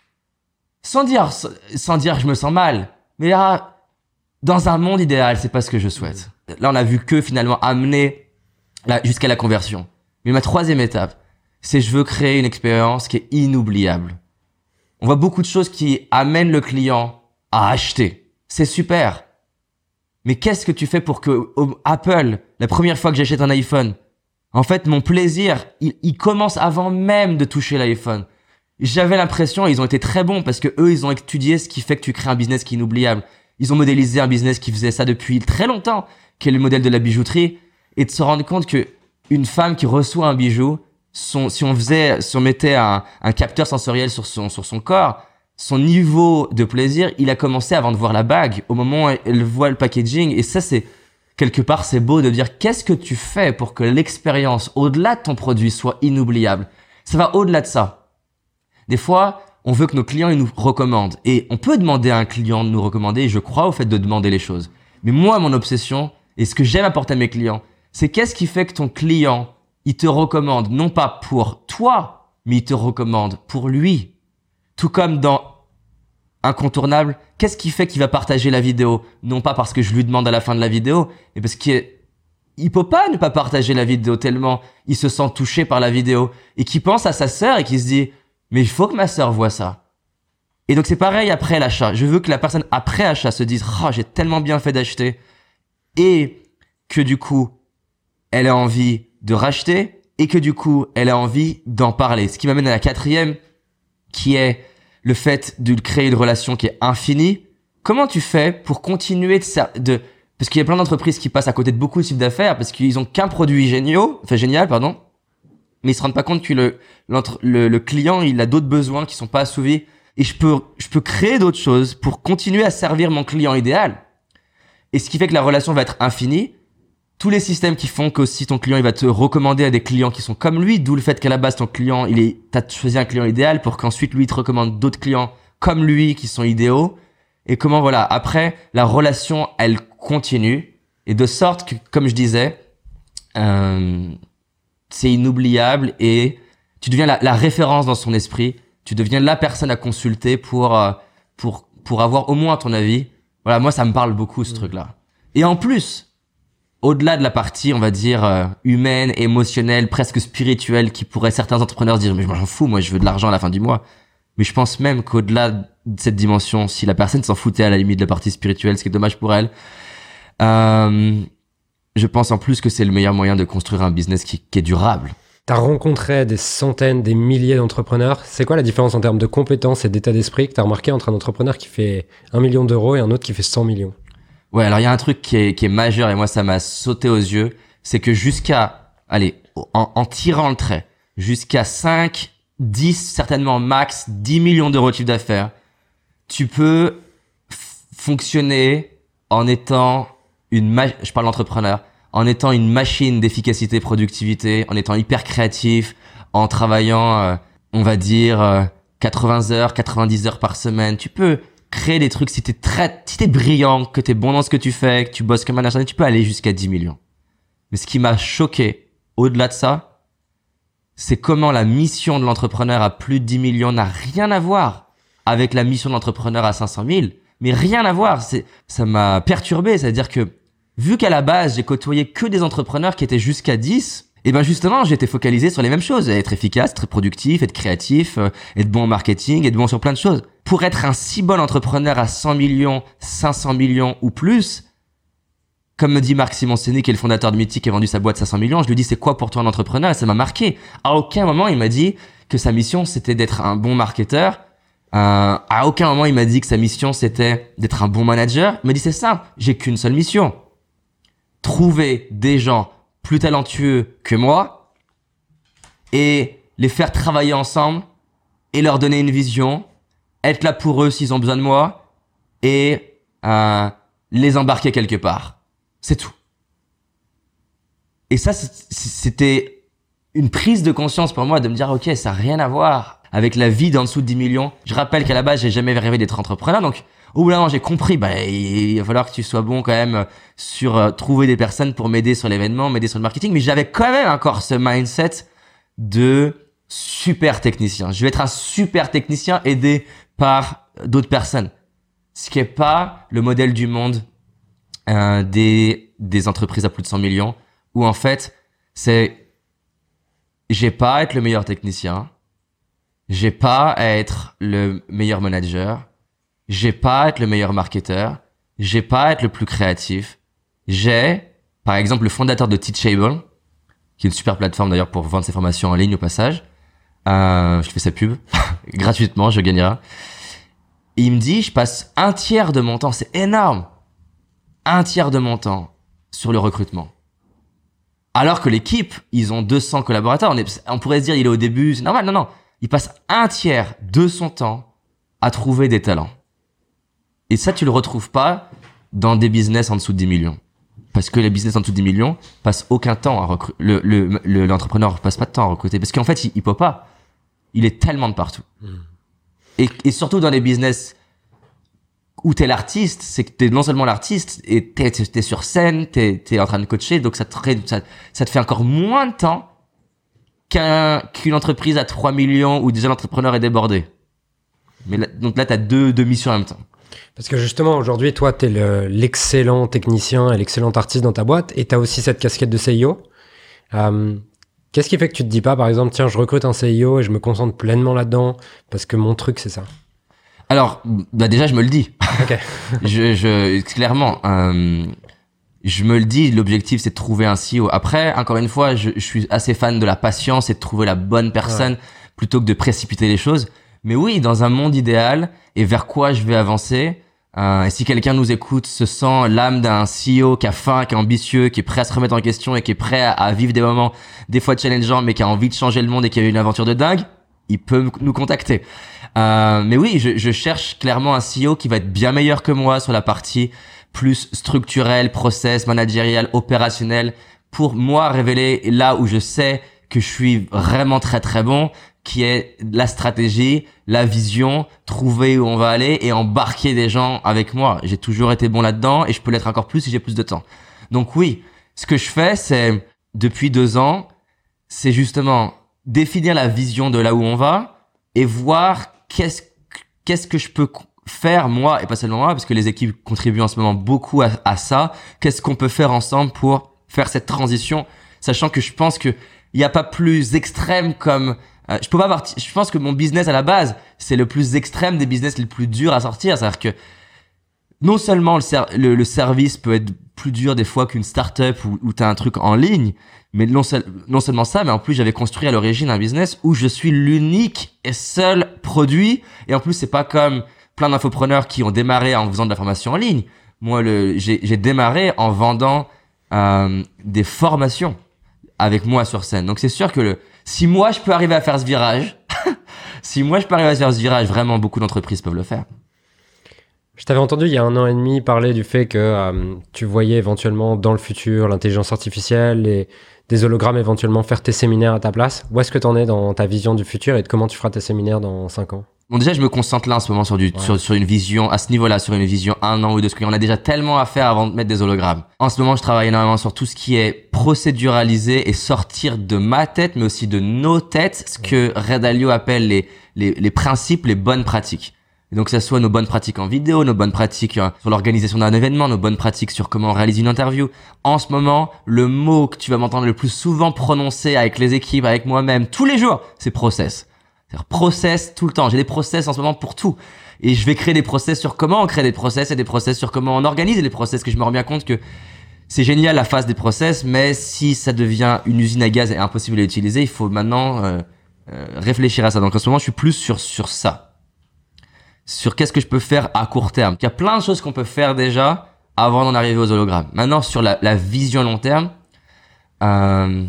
sans dire, sans dire je me sens mal, mais là, dans un monde idéal, c'est pas ce que je souhaite. Là, on a vu que finalement amener là, jusqu'à la conversion. Mais ma troisième étape, c'est je veux créer une expérience qui est inoubliable. On voit beaucoup de choses qui amènent le client à acheter. C'est super. Mais qu'est-ce que tu fais pour que oh, Apple, la première fois que j'achète un iPhone, en fait, mon plaisir, il, il commence avant même de toucher l'iPhone. J'avais l'impression, ils ont été très bons parce que eux, ils ont étudié ce qui fait que tu crées un business qui est inoubliable. Ils ont modélisé un business qui faisait ça depuis très longtemps, qui est le modèle de la bijouterie, et de se rendre compte que une femme qui reçoit un bijou, son, si on faisait, si on mettait un, un capteur sensoriel sur son, sur son corps, son niveau de plaisir, il a commencé avant de voir la bague, au moment où elle voit le packaging. Et ça, c'est, quelque part, c'est beau de dire qu'est-ce que tu fais pour que l'expérience au-delà de ton produit soit inoubliable. Ça va au-delà de ça. Des fois, on veut que nos clients ils nous recommandent. Et on peut demander à un client de nous recommander, et je crois au fait de demander les choses. Mais moi, mon obsession, et ce que j'aime apporter à mes clients, c'est qu'est-ce qui fait que ton client, il te recommande, non pas pour toi, mais il te recommande pour lui. Tout comme dans Incontournable, qu'est-ce qui fait qu'il va partager la vidéo? Non pas parce que je lui demande à la fin de la vidéo, mais parce qu'il il peut pas ne pas partager la vidéo tellement il se sent touché par la vidéo. Et qu'il pense à sa sœur et qu'il se dit, mais il faut que ma sœur voit ça. Et donc c'est pareil après l'achat. Je veux que la personne après achat se dise, oh, j'ai tellement bien fait d'acheter. Et que du coup, elle a envie de racheter et que du coup, elle a envie d'en parler. Ce qui m'amène à la quatrième, qui est le fait de créer une relation qui est infinie. Comment tu fais pour continuer de, de parce qu'il y a plein d'entreprises qui passent à côté de beaucoup de chiffres d'affaires parce qu'ils ont qu'un produit génial, enfin génial, pardon, mais ils se rendent pas compte que le, le, le client, il a d'autres besoins qui sont pas assouvis. Et je peux, je peux créer d'autres choses pour continuer à servir mon client idéal. Et ce qui fait que la relation va être infinie. Tous les systèmes qui font qu'aussi ton client, il va te recommander à des clients qui sont comme lui, d'où le fait qu'à la base, ton client, il est, t'as choisi un client idéal pour qu'ensuite lui, il te recommande d'autres clients comme lui qui sont idéaux. Et comment, voilà, après, la relation, elle continue. Et de sorte que, comme je disais, euh, c'est inoubliable et tu deviens la, la référence dans son esprit. Tu deviens la personne à consulter pour, euh, pour, pour avoir au moins ton avis. Voilà, moi, ça me parle beaucoup, ce mmh. truc-là. Et en plus, au-delà de la partie, on va dire, euh, humaine, émotionnelle, presque spirituelle, qui pourrait certains entrepreneurs dire, mais je m'en fous, moi, je veux de l'argent à la fin du mois. Mais je pense même qu'au-delà de cette dimension, si la personne s'en foutait à la limite de la partie spirituelle, ce qui est dommage pour elle, euh, je pense en plus que c'est le meilleur moyen de construire un business qui, qui est durable. Tu as rencontré des centaines, des milliers d'entrepreneurs. C'est quoi la différence en termes de compétences et d'état d'esprit que tu as remarqué entre un entrepreneur qui fait un million d'euros et un autre qui fait cent millions? Ouais, alors il y a un truc qui est, qui est majeur et moi ça m'a sauté aux yeux, c'est que jusqu'à, allez, en, en tirant le trait, jusqu'à cinq, dix, certainement max, dix millions d'euros de chiffre d'affaires, tu peux f- fonctionner en étant une, ma- je parle d'entrepreneur, en étant une machine d'efficacité et productivité, en étant hyper créatif, en travaillant, euh, on va dire, euh, quatre-vingts heures, quatre-vingt-dix heures par semaine. Tu peux créer des trucs, si t'es très, si t'es brillant, que t'es bon dans ce que tu fais, que tu bosses comme un acharné, tu peux aller jusqu'à dix millions. Mais ce qui m'a choqué, au-delà de ça, c'est comment la mission de l'entrepreneur à plus de dix millions n'a rien à voir avec la mission de l'entrepreneur à cinq cent mille. Mais rien à voir. C'est, ça m'a perturbé. C'est-à-dire que, vu qu'à la base, j'ai côtoyé que des entrepreneurs qui étaient jusqu'à dix, et ben justement, j'étais focalisé sur les mêmes choses. Être efficace, être productif, être créatif, euh, être bon en marketing, être bon sur plein de choses. Pour être un si bon entrepreneur à cent millions, cinq cents millions ou plus, comme me dit Marc Simoncini, qui est le fondateur de Mythique, qui a vendu sa boîte à cinq cents millions, je lui dis c'est quoi pour toi un entrepreneur? Et ça m'a marqué. À aucun moment, il m'a dit que sa mission, c'était d'être un bon marketeur. Euh, à aucun moment, il m'a dit que sa mission, c'était d'être un bon manager. Il m'a dit c'est simple, j'ai qu'une seule mission. Trouver des gens plus talentueux que moi et les faire travailler ensemble et leur donner une vision, être là pour eux s'ils ont besoin de moi et euh, les embarquer quelque part. C'est tout. Et ça, c'était une prise de conscience pour moi de me dire, ok, ça n'a rien à voir avec la vie d'en dessous de dix millions. Je rappelle qu'à la base, j'ai jamais rêvé d'être entrepreneur. Donc, au bout d'un moment, j'ai compris, bah, il va falloir que tu sois bon quand même sur euh, trouver des personnes pour m'aider sur l'événement, m'aider sur le marketing. Mais j'avais quand même encore ce mindset de super technicien. Je vais être un super technicien aidé par d'autres personnes. Ce qui est pas le modèle du monde euh, des, des entreprises à plus de cent millions. Où en fait, c'est, j'ai pas à être le meilleur technicien, j'ai pas à être le meilleur manager, j'ai pas à être le meilleur marketeur, j'ai pas à être le plus créatif. J'ai, par exemple, le fondateur de Teachable, qui est une super plateforme d'ailleurs pour vendre ses formations en ligne au passage. Euh, je fais sa pub gratuitement, je gagnerai. Il me dit, je passe un tiers de mon temps, c'est énorme, un tiers de mon temps sur le recrutement. Alors que l'équipe, ils ont deux cents collaborateurs. On, est, on pourrait se dire, il est au début, c'est normal. Non, non. Il passe un tiers de son temps à trouver des talents. Et ça, tu le retrouves pas dans des business en dessous de dix millions. Parce que les business en dessous de dix millions passent aucun temps à recruter. Le, le, le, l'entrepreneur passe pas de temps à recruter. Parce qu'en fait, il, il peut pas. Il est tellement de partout. Mmh. Et, et surtout dans les business où t'es l'artiste, c'est que t'es non seulement l'artiste, et t'es, t'es, t'es sur scène, t'es, t'es en train de coacher, donc ça te, ça, ça te fait encore moins de temps qu'un, qu'une entreprise à trois millions où déjà l'entrepreneur est débordé. Mais là, donc là, t'as deux, deux missions en même temps. Parce que justement, aujourd'hui, toi, t'es le, l'excellent technicien et l'excellent artiste dans ta boîte, et t'as aussi cette casquette de C E O. Euh, qu'est-ce qui fait que tu te dis pas, par exemple, tiens, je recrute un C E O et je me concentre pleinement là-dedans, parce que mon truc, c'est ça? Alors, bah déjà, je me le dis. Okay. je, je, clairement, euh, je me le dis, l'objectif, c'est de trouver un C E O. Après, encore une fois, je, je suis assez fan de la patience et de trouver la bonne personne ouais. plutôt que de précipiter les choses. Mais oui, dans un monde idéal, et vers quoi je vais avancer, euh, et si quelqu'un nous écoute, se sent l'âme d'un C E O qui a faim, qui est ambitieux, qui est prêt à se remettre en question et qui est prêt à, à vivre des moments, des fois challengeants, mais qui a envie de changer le monde et qui a eu une aventure de dingue, il peut nous contacter. Euh, mais oui, je, je cherche clairement un C E O qui va être bien meilleur que moi sur la partie plus structurelle, process, managériale, opérationnelle, pour moi révéler là où je sais que je suis vraiment très très bon, qui est la stratégie, la vision, trouver où on va aller et embarquer des gens avec moi. J'ai toujours été bon là-dedans et je peux l'être encore plus si j'ai plus de temps. Donc oui, ce que je fais, c'est depuis deux ans, c'est justement définir la vision de là où on va et voir qu'est-ce qu'est-ce que je peux faire moi et pas seulement moi parce que les équipes contribuent en ce moment beaucoup à, à ça. Qu'est-ce qu'on peut faire ensemble pour faire cette transition, sachant que je pense que il y a pas plus extrême comme euh, je peux pas partir, je pense que mon business à la base, c'est le plus extrême des business les plus durs à sortir, c'est-à-dire que non seulement le, ser- le, le service peut être plus dur des fois qu'une start-up où, où tu as un truc en ligne, mais non, seul, non seulement ça, mais en plus j'avais construit à l'origine un business où je suis l'unique et seul produit, et en plus c'est pas comme plein d'infopreneurs qui ont démarré en faisant de la formation en ligne. Moi, le, j'ai, j'ai démarré en vendant euh, des formations avec moi sur scène. Donc c'est sûr que le, si moi je peux arriver à faire ce virage, si moi je peux arriver à faire ce virage, vraiment beaucoup d'entreprises peuvent le faire. Je t'avais entendu il y a un an et demi parler du fait que euh, tu voyais éventuellement dans le futur l'intelligence artificielle et des hologrammes éventuellement faire tes séminaires à ta place. Où est-ce que tu en es dans ta vision du futur et de comment tu feras tes séminaires dans cinq ans? Bon, déjà, je me concentre là en ce moment sur, du, ouais. sur, sur une vision, à ce niveau-là, sur une vision un an ou deux, parce qu'on a déjà tellement à faire avant de mettre des hologrammes. En ce moment, je travaille énormément sur tout ce qui est procéduralisé et sortir de ma tête, mais aussi de nos têtes, ce que Red Alio appelle les, les, les principes, les bonnes pratiques. Et donc, que ça soit nos bonnes pratiques en vidéo, nos bonnes pratiques sur l'organisation d'un événement, nos bonnes pratiques sur comment on réalise une interview. En ce moment, le mot que tu vas m'entendre le plus souvent prononcer avec les équipes, avec moi-même, tous les jours, c'est process. C'est-à-dire process tout le temps. J'ai des process en ce moment pour tout. Et je vais créer des process sur comment on crée des process et des process sur comment on organise les process, que je me rends bien compte que c'est génial la phase des process, mais si ça devient une usine à gaz et impossible à utiliser, il faut maintenant euh, euh, réfléchir à ça. Donc en ce moment, je suis plus sur, sur ça. Sur qu'est-ce que je peux faire à court terme. Il y a plein de choses qu'on peut faire déjà avant d'en arriver aux hologrammes. Maintenant, sur la, la vision long terme, Euh,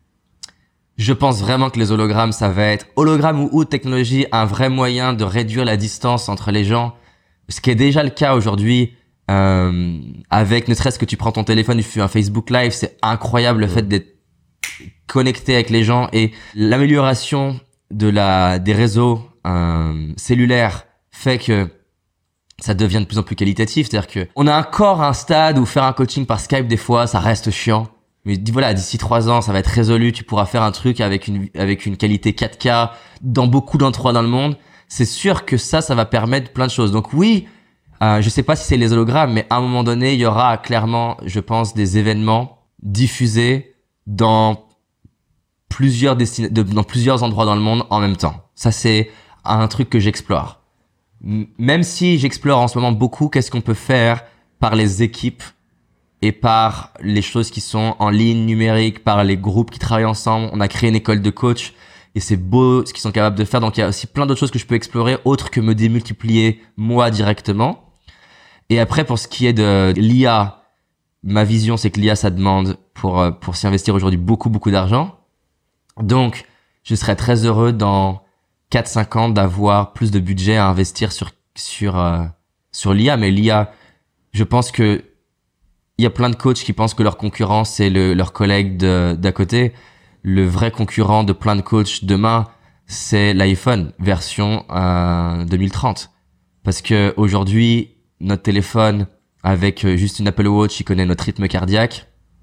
je pense vraiment que les hologrammes, ça va être hologramme ou haute technologie, un vrai moyen de réduire la distance entre les gens. Ce qui est déjà le cas aujourd'hui, euh, avec ne serait-ce que tu prends ton téléphone, tu fais un Facebook Live, c'est incroyable le fait d'être connecté avec les gens, et l'amélioration de la des réseaux euh, cellulaires fait que ça devient de plus en plus qualitatif. C'est-à-dire que on a encore un stade où faire un coaching par Skype des fois ça reste chiant, mais voilà, d'ici trois ans ça va être résolu, tu pourras faire un truc avec une avec une qualité quatre K dans beaucoup d'endroits dans le monde. C'est sûr que ça ça va permettre plein de choses. Donc oui, euh, je sais pas si c'est les hologrammes, mais à un moment donné il y aura clairement, je pense, des événements diffusés dans plusieurs destina- de, dans plusieurs endroits dans le monde en même temps. Ça, c'est un truc que j'explore. M- même si j'explore en ce moment beaucoup qu'est-ce qu'on peut faire par les équipes et par les choses qui sont en ligne numérique, par les groupes qui travaillent ensemble. On a créé une école de coach et c'est beau ce qu'ils sont capables de faire. Donc, il y a aussi plein d'autres choses que je peux explorer autres que me démultiplier moi directement. Et après, pour ce qui est de l'I A, ma vision, c'est que l'I A, ça demande pour, pour s'y investir aujourd'hui beaucoup, beaucoup d'argent. Donc, je serais très heureux dans quatre cinq ans d'avoir plus de budget à investir sur sur euh, sur l'I A. Mais l'I A, je pense que il y a plein de coachs qui pensent que leur concurrent c'est le leur collègue de d'à côté. Le vrai concurrent de plein de coachs demain, c'est l'iPhone version euh, deux mille trente. Parce que aujourd'hui, notre téléphone avec juste une Apple Watch, il connaît notre rythme cardiaque.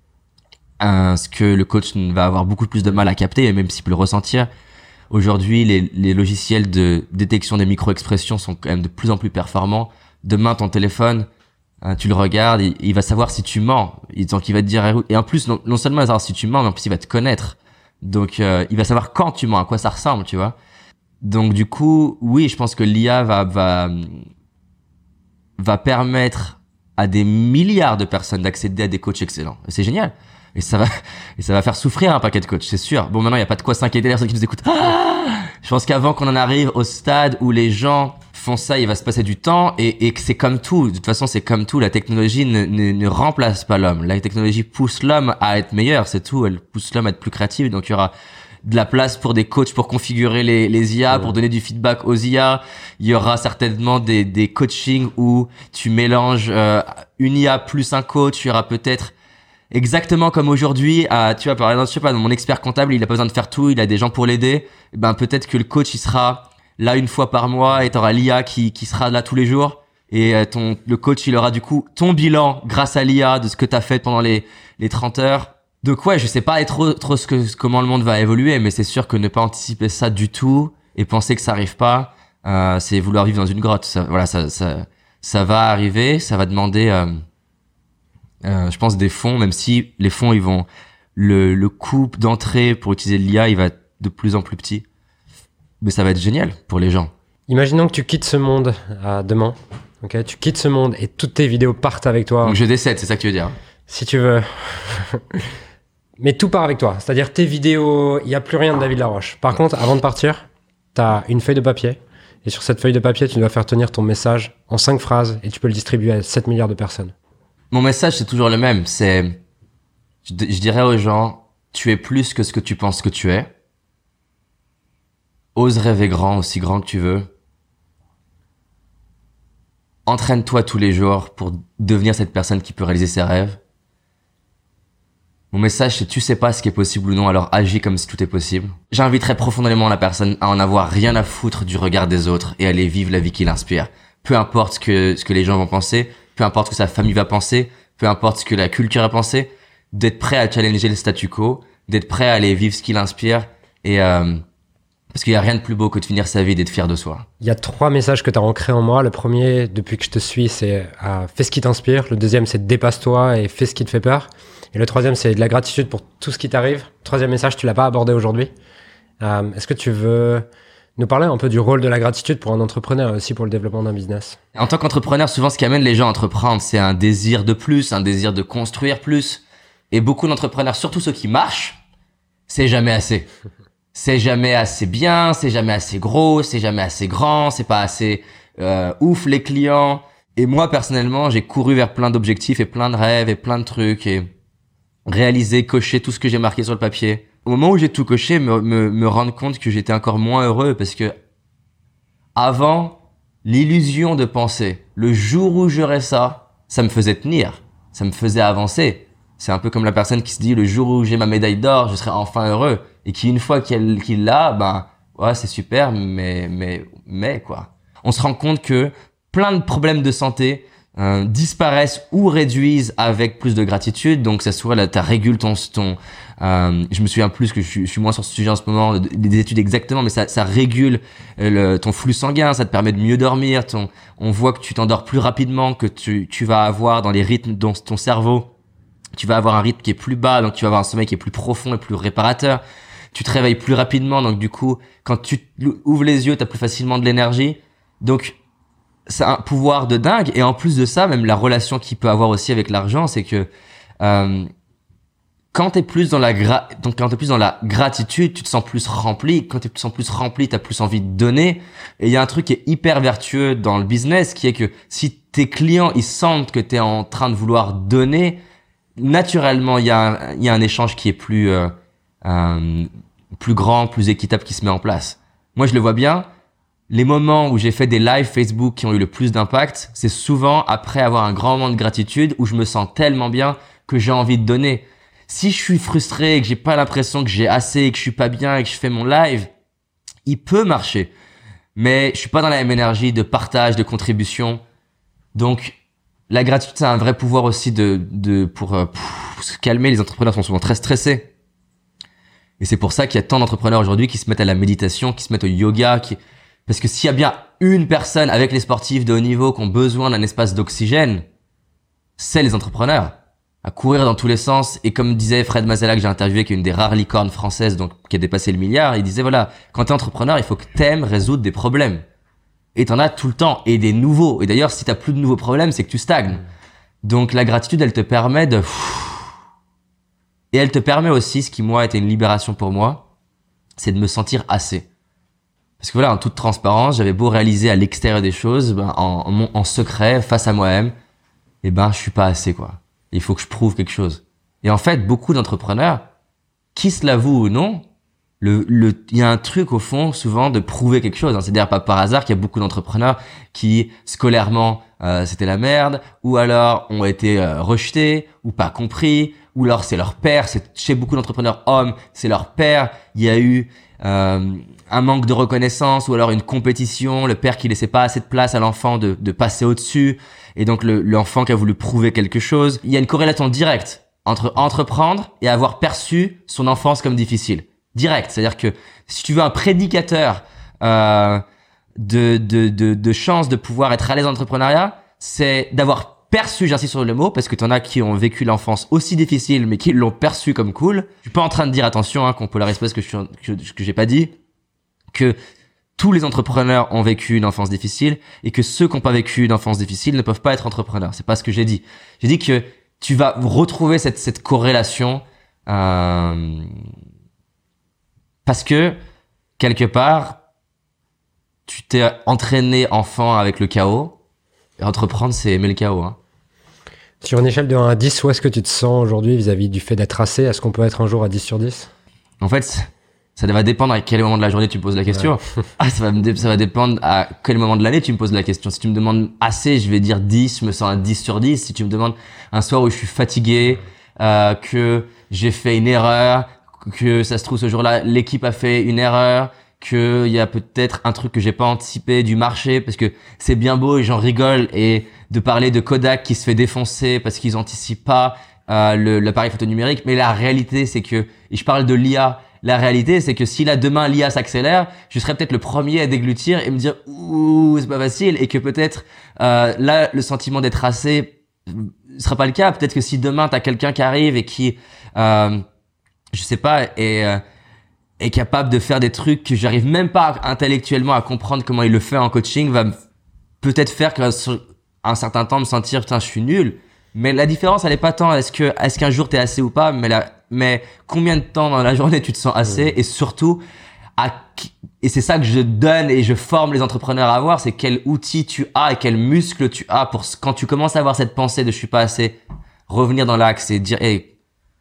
Euh, ce que le coach va avoir beaucoup plus de mal à capter, et même s'il peut le ressentir. Aujourd'hui, les, les logiciels de détection des micro-expressions sont quand même de plus en plus performants. Demain, ton téléphone, euh, tu le regardes, il, il va savoir si tu mens. Il, donc, il va te dire, et en plus, non, non seulement il va savoir si tu mens, mais en plus, il va te connaître. Donc, euh, il va savoir quand tu mens, à quoi ça ressemble, tu vois. Donc, du coup, oui, je pense que l'I A va, va, va permettre à des milliards de personnes d'accéder à des coachs excellents. Et c'est génial. Et ça va, et ça va faire souffrir un paquet de coachs, c'est sûr. Bon, maintenant, il n'y a pas de quoi s'inquiéter, les personnes qui nous écoutent. Ah, je pense qu'avant qu'on en arrive au stade où les gens font ça, il va se passer du temps, et, et que c'est comme tout. De toute façon, c'est comme tout. La technologie ne, ne, ne remplace pas l'homme. La technologie pousse l'homme à être meilleur, c'est tout. Elle pousse l'homme à être plus créatif. Donc, il y aura de la place pour des coachs pour configurer les, les I A, ouais. Pour donner du feedback aux I A. Il y aura certainement des, des coachings où tu mélanges euh, une I A plus un coach. Il y aura peut-être exactement comme aujourd'hui, à, tu vois, par exemple, je sais pas, mon expert comptable, il a pas besoin de faire tout, il a des gens pour l'aider. Et ben, peut-être que le coach, il sera là une fois par mois, et t'auras l'I A qui, qui sera là tous les jours. Et ton, le coach, il aura du coup ton bilan grâce à l'I A de ce que t'as fait pendant les, les trente heures. Donc ouais, je sais pas trop, trop ce que, comment le monde va évoluer, mais c'est sûr que ne pas anticiper ça du tout et penser que ça arrive pas, euh, c'est vouloir vivre dans une grotte. Ça, voilà, ça, ça, ça va arriver, ça va demander, euh, Euh, je pense des fonds, même si les fonds, ils vont, le, le coût d'entrée pour utiliser l'I A, il va être de plus en plus petit. Mais ça va être génial pour les gens. Imaginons que tu quittes ce monde euh, demain. Ok, tu quittes ce monde et toutes tes vidéos partent avec toi. Donc je décède, c'est ça que tu veux dire? Si tu veux. Mais tout part avec toi. C'est-à-dire tes vidéos, il n'y a plus rien de David Laroche. Par contre, avant de partir, tu as une feuille de papier. Et sur cette feuille de papier, tu dois faire tenir ton message en cinq phrases et tu peux le distribuer à sept milliards de personnes. Mon message, c'est toujours le même. C'est, je, je dirais aux gens, tu es plus que ce que tu penses que tu es. Ose rêver grand, aussi grand que tu veux. Entraîne-toi tous les jours pour devenir cette personne qui peut réaliser ses rêves. Mon message, c'est tu sais pas ce qui est possible ou non, alors agis comme si tout est possible. J'inviterai profondément la personne à en avoir rien à foutre du regard des autres et à aller vivre la vie qui l'inspire. Peu importe ce que, ce que les gens vont penser, peu importe ce que sa famille va penser, peu importe ce que la culture va penser, d'être prêt à challenger le statu quo, d'être prêt à aller vivre ce qui l'inspire, et euh, parce qu'il y a rien de plus beau que de finir sa vie et d'être fier de soi. Il y a trois messages que tu as ancrés en moi. Le premier, depuis que je te suis, c'est euh, fais ce qui t'inspire. Le deuxième, c'est dépasse-toi et fais ce qui te fait peur. Et le troisième, c'est de la gratitude pour tout ce qui t'arrive. Troisième message, tu l'as pas abordé aujourd'hui. Euh, est-ce que tu veux nous parler un peu du rôle de la gratitude pour un entrepreneur et aussi pour le développement d'un business? En tant qu'entrepreneur, souvent ce qui amène les gens à entreprendre, c'est un désir de plus, un désir de construire plus. Et beaucoup d'entrepreneurs, surtout ceux qui marchent, c'est jamais assez. C'est jamais assez bien, c'est jamais assez gros, c'est jamais assez grand, c'est pas assez euh, ouf les clients. Et moi, personnellement, j'ai couru vers plein d'objectifs et plein de rêves et plein de trucs. Et réaliser, cocher tout ce que j'ai marqué sur le papier. Au moment où j'ai tout coché, me, me, me rendre compte que j'étais encore moins heureux parce que avant, l'illusion de penser, le jour où j'aurai ça, ça me faisait tenir, ça me faisait avancer. C'est un peu comme la personne qui se dit, le jour où j'ai ma médaille d'or, je serai enfin heureux. Et qui, une fois qu'elle, qu'il l'a, ben, ouais, c'est super, mais, mais, mais, quoi. On se rend compte que plein de problèmes de santé, euh, disparaissent ou réduisent avec plus de gratitude. Donc, ça soit là, t'as régule ton, ton, euh, je me souviens plus que je suis, je suis moins sur ce sujet en ce moment, des études exactement, mais ça, ça régule le, ton flux sanguin, ça te permet de mieux dormir, ton, on voit que tu t'endors plus rapidement, que tu, tu vas avoir dans les rythmes dans ton cerveau, tu vas avoir un rythme qui est plus bas, donc tu vas avoir un sommeil qui est plus profond et plus réparateur. Tu te réveilles plus rapidement, donc du coup, quand tu ouvres les yeux, t'as plus facilement de l'énergie. Donc, c'est un pouvoir de dingue. Et en plus de ça, même la relation qu'il peut avoir aussi avec l'argent, c'est que euh, quand t'es plus dans la gra- donc quand t'es plus dans la gratitude, tu te sens plus rempli. Quand tu te sens plus rempli, t'as plus envie de donner. Et il y a un truc qui est hyper vertueux dans le business, qui est que si tes clients ils sentent que t'es en train de vouloir donner, naturellement, il y a un, il y a un échange qui est plus euh, euh, plus grand, plus équitable qui se met en place. Moi, je le vois bien. Les moments où j'ai fait des lives Facebook qui ont eu le plus d'impact, c'est souvent après avoir un grand moment de gratitude où je me sens tellement bien que j'ai envie de donner. Si je suis frustré et que j'ai pas l'impression que j'ai assez et que je suis pas bien et que je fais mon live, il peut marcher. Mais je suis pas dans la même énergie de partage, de contribution. Donc, la gratitude, c'est un vrai pouvoir aussi de, de, pour, euh, pour se calmer. Les entrepreneurs sont souvent très stressés. Et c'est pour ça qu'il y a tant d'entrepreneurs aujourd'hui qui se mettent à la méditation, qui se mettent au yoga, qui, parce que s'il y a bien une personne avec les sportifs de haut niveau qui ont besoin d'un espace d'oxygène, c'est les entrepreneurs. À courir dans tous les sens. Et comme disait Fred Mazella, que j'ai interviewé, qui est une des rares licornes françaises, donc, qui a dépassé le milliard, il disait, voilà, quand t'es entrepreneur, il faut que t'aimes résoudre des problèmes. Et t'en as tout le temps. Et des nouveaux. Et d'ailleurs, si t'as plus de nouveaux problèmes, c'est que tu stagnes. Donc, la gratitude, elle te permet de, et elle te permet aussi, ce qui, moi, était une libération pour moi, c'est de me sentir assez. Parce que voilà, en toute transparence, j'avais beau réaliser à l'extérieur des choses, ben, en, en, en secret, face à moi-même, et ben, je suis pas assez, quoi. Il faut que je prouve quelque chose. Et en fait, beaucoup d'entrepreneurs, qui se l'avouent ou non, le, le, il y a un truc au fond, souvent, de prouver quelque chose. Hein. C'est d'ailleurs pas par hasard qu'il y a beaucoup d'entrepreneurs qui, scolairement, euh, c'était la merde, ou alors ont été euh, rejetés, ou pas compris, ou alors c'est leur père. C'est chez beaucoup d'entrepreneurs hommes, c'est leur père. Il y a eu euh, un manque de reconnaissance, ou alors une compétition, le père qui laissait pas assez de place à l'enfant de, de passer au-dessus, et donc le, l'enfant qui a voulu prouver quelque chose. Il y a une corrélation directe entre entreprendre et avoir perçu son enfance comme difficile. Direct, c'est-à-dire que si tu veux un prédicateur euh, de, de, de, de chance de pouvoir être à l'aise en entrepreneuriat, c'est d'avoir perçu, j'insiste sur le mot, parce que t'en as qui ont vécu l'enfance aussi difficile, mais qui l'ont perçu comme cool. Je suis pas en train de dire, attention, hein, qu'on polarise pas ce que je suis, que, que j'ai pas dit, que tous les entrepreneurs ont vécu une enfance difficile et que ceux qui n'ont pas vécu une enfance difficile ne peuvent pas être entrepreneurs. C'est pas ce que j'ai dit. J'ai dit que tu vas retrouver cette, cette corrélation, euh, parce que, quelque part, tu t'es entraîné enfant avec le chaos. Et entreprendre, c'est aimer le chaos. Hein. Sur une échelle de un à dix, où est-ce que tu te sens aujourd'hui vis-à-vis du fait d'être assez ? Est-ce qu'on peut être un jour à dix sur dix ? En fait, ça va dépendre à quel moment de la journée tu me poses la question. Ouais. ah, ça, va me dé- ça va dépendre à quel moment de l'année tu me poses la question. Si tu me demandes assez, je vais dire dix, je me sens à dix sur dix. Si tu me demandes un soir où je suis fatigué, euh, que j'ai fait une erreur, que ça se trouve ce jour-là, l'équipe a fait une erreur, qu'il y a peut-être un truc que j'ai pas anticipé du marché, parce que c'est bien beau et j'en rigole, et de parler de Kodak qui se fait défoncer parce qu'ils anticipent pas euh, le, l'appareil photo numérique. Mais la réalité, c'est que, et je parle de l'I A, la réalité, c'est que si là, demain, l'I A s'accélère, je serais peut-être le premier à déglutir et me dire « Ouh, c'est pas facile », et que peut-être euh, là, le sentiment d'être assez ne sera pas le cas. Peut-être que si demain, t'as quelqu'un qui arrive et qui... Euh, je sais pas, est, euh, est capable de faire des trucs que j'arrive même pas intellectuellement à comprendre comment il le fait en coaching, va m- peut-être faire qu'à un certain temps me sentir putain je suis nul. Mais la différence elle est pas tant est-ce que est-ce qu'un jour t'es assez ou pas, mais la, mais combien de temps dans la journée tu te sens assez, mmh. Et surtout à et c'est ça que je donne et je forme les entrepreneurs à avoir, c'est quel outil tu as et quel muscle tu as pour quand tu commences à avoir cette pensée de je suis pas assez, revenir dans l'axe et dire hey,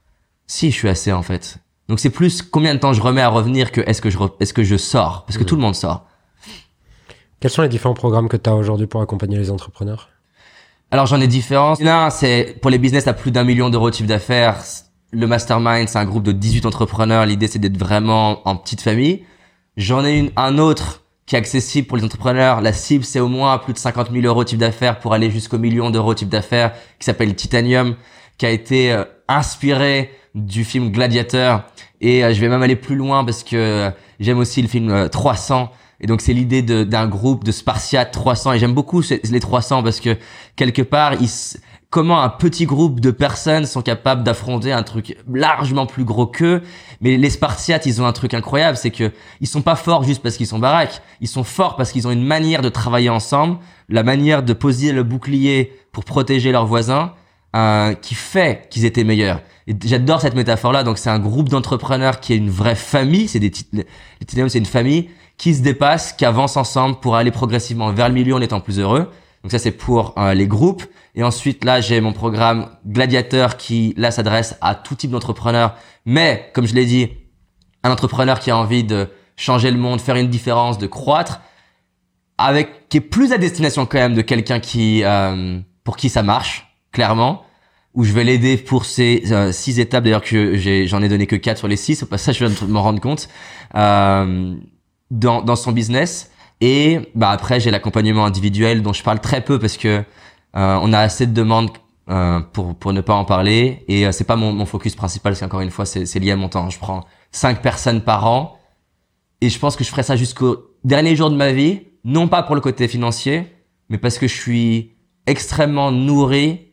Si, je suis assez en fait. Donc c'est plus combien de temps je remets à revenir que est-ce que je, re... est-ce que je sors. Parce que mmh. tout le monde sort. Quels sont les différents programmes que tu as aujourd'hui pour accompagner les entrepreneurs? Alors j'en ai différents. L'un, c'est pour les business à plus d'un million d'euros de chiffre d'affaires. Le Mastermind, c'est un groupe de dix-huit entrepreneurs. L'idée, c'est d'être vraiment en petite famille. J'en ai une, un autre qui est accessible pour les entrepreneurs. La cible, c'est au moins plus de cinquante mille euros de chiffre d'affaires pour aller jusqu'au million d'euros de chiffre d'affaires, qui s'appelle Titanium, qui a été euh, inspiré du film Gladiator. Et euh, je vais même aller plus loin parce que euh, j'aime aussi le film euh, trois cents. Et donc, c'est l'idée de, d'un groupe de Spartiates trois cents. Et j'aime beaucoup ces, les trois cents parce que quelque part, ils, comment un petit groupe de personnes sont capables d'affronter un truc largement plus gros qu'eux. Mais les Spartiates, ils ont un truc incroyable, c'est que ils sont pas forts juste parce qu'ils sont baraques. Ils sont forts parce qu'ils ont une manière de travailler ensemble, la manière de poser le bouclier pour protéger leurs voisins, euh, qui fait qu'ils étaient meilleurs. Et j'adore cette métaphore-là. Donc, c'est un groupe d'entrepreneurs qui est une vraie famille. C'est des les Titanium, c'est une famille qui se dépasse, qui avance ensemble pour aller progressivement vers le milieu en étant plus heureux. Donc ça, c'est pour euh, les groupes. Et ensuite, là, j'ai mon programme Gladiateur qui, là, s'adresse à tout type d'entrepreneur. Mais, comme je l'ai dit, un entrepreneur qui a envie de changer le monde, faire une différence, de croître, avec, qui est plus à destination quand même de quelqu'un qui, euh, pour qui ça marche, clairement, où je vais l'aider pour ces euh, six étapes, d'ailleurs que j'ai, j'en ai donné que quatre sur les six, au passage, je viens de m'en rendre compte, euh, dans, dans son business. Et bah après, j'ai l'accompagnement individuel dont je parle très peu parce que euh, on a assez de demandes euh, pour pour ne pas en parler. Et euh, c'est pas mon, mon focus principal, parce qu'encore une fois, c'est, c'est lié à mon temps. Je prends cinq personnes par an et je pense que je ferai ça jusqu'au dernier jour de ma vie, non pas pour le côté financier, mais parce que je suis extrêmement nourri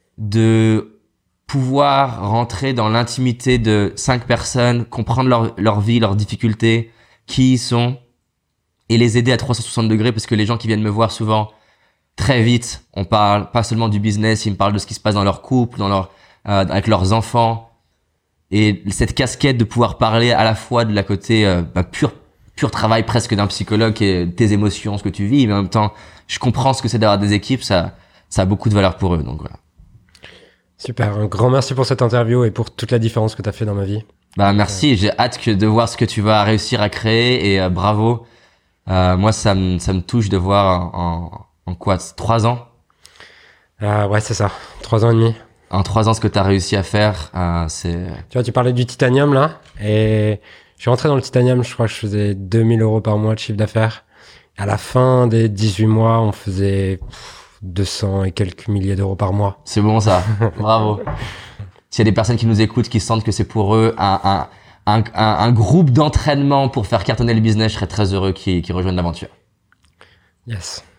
de pouvoir rentrer dans l'intimité de cinq personnes, comprendre leur leur vie, leurs difficultés, qui ils sont, et les aider à trois cent soixante degrés, parce que les gens qui viennent me voir souvent, très vite, on parle pas seulement du business, ils me parlent de ce qui se passe dans leur couple, dans leur, euh, avec leurs enfants. Et cette casquette de pouvoir parler à la fois de la côté euh, bah, pur, pur travail presque d'un psychologue et tes émotions, ce que tu vis, mais en même temps, je comprends ce que c'est d'avoir des équipes, ça, ça a beaucoup de valeur pour eux. Donc voilà. Super, un grand merci pour cette interview et pour toute la différence que tu as fait dans ma vie. Bah merci, j'ai hâte que de voir ce que tu vas réussir à créer et euh, bravo. Euh, moi, ça me ça me touche de voir en, en quoi, trois ans. Ah ouais, c'est ça, trois ans et demi. En trois ans, ce que tu as réussi à faire, euh, c'est. Tu vois, tu parlais du titanium là, et je suis rentré dans le titanium. Je crois que je faisais deux mille euros par mois de chiffre d'affaires. À la fin des dix-huit mois, on faisait deux cents et quelques milliers d'euros par mois. C'est bon ça, bravo. S'il y a des personnes qui nous écoutent, qui sentent que c'est pour eux un un Un, un, un groupe d'entraînement pour faire cartonner le business, je serais très heureux qu'ils, qu'ils rejoignent l'aventure. Yes.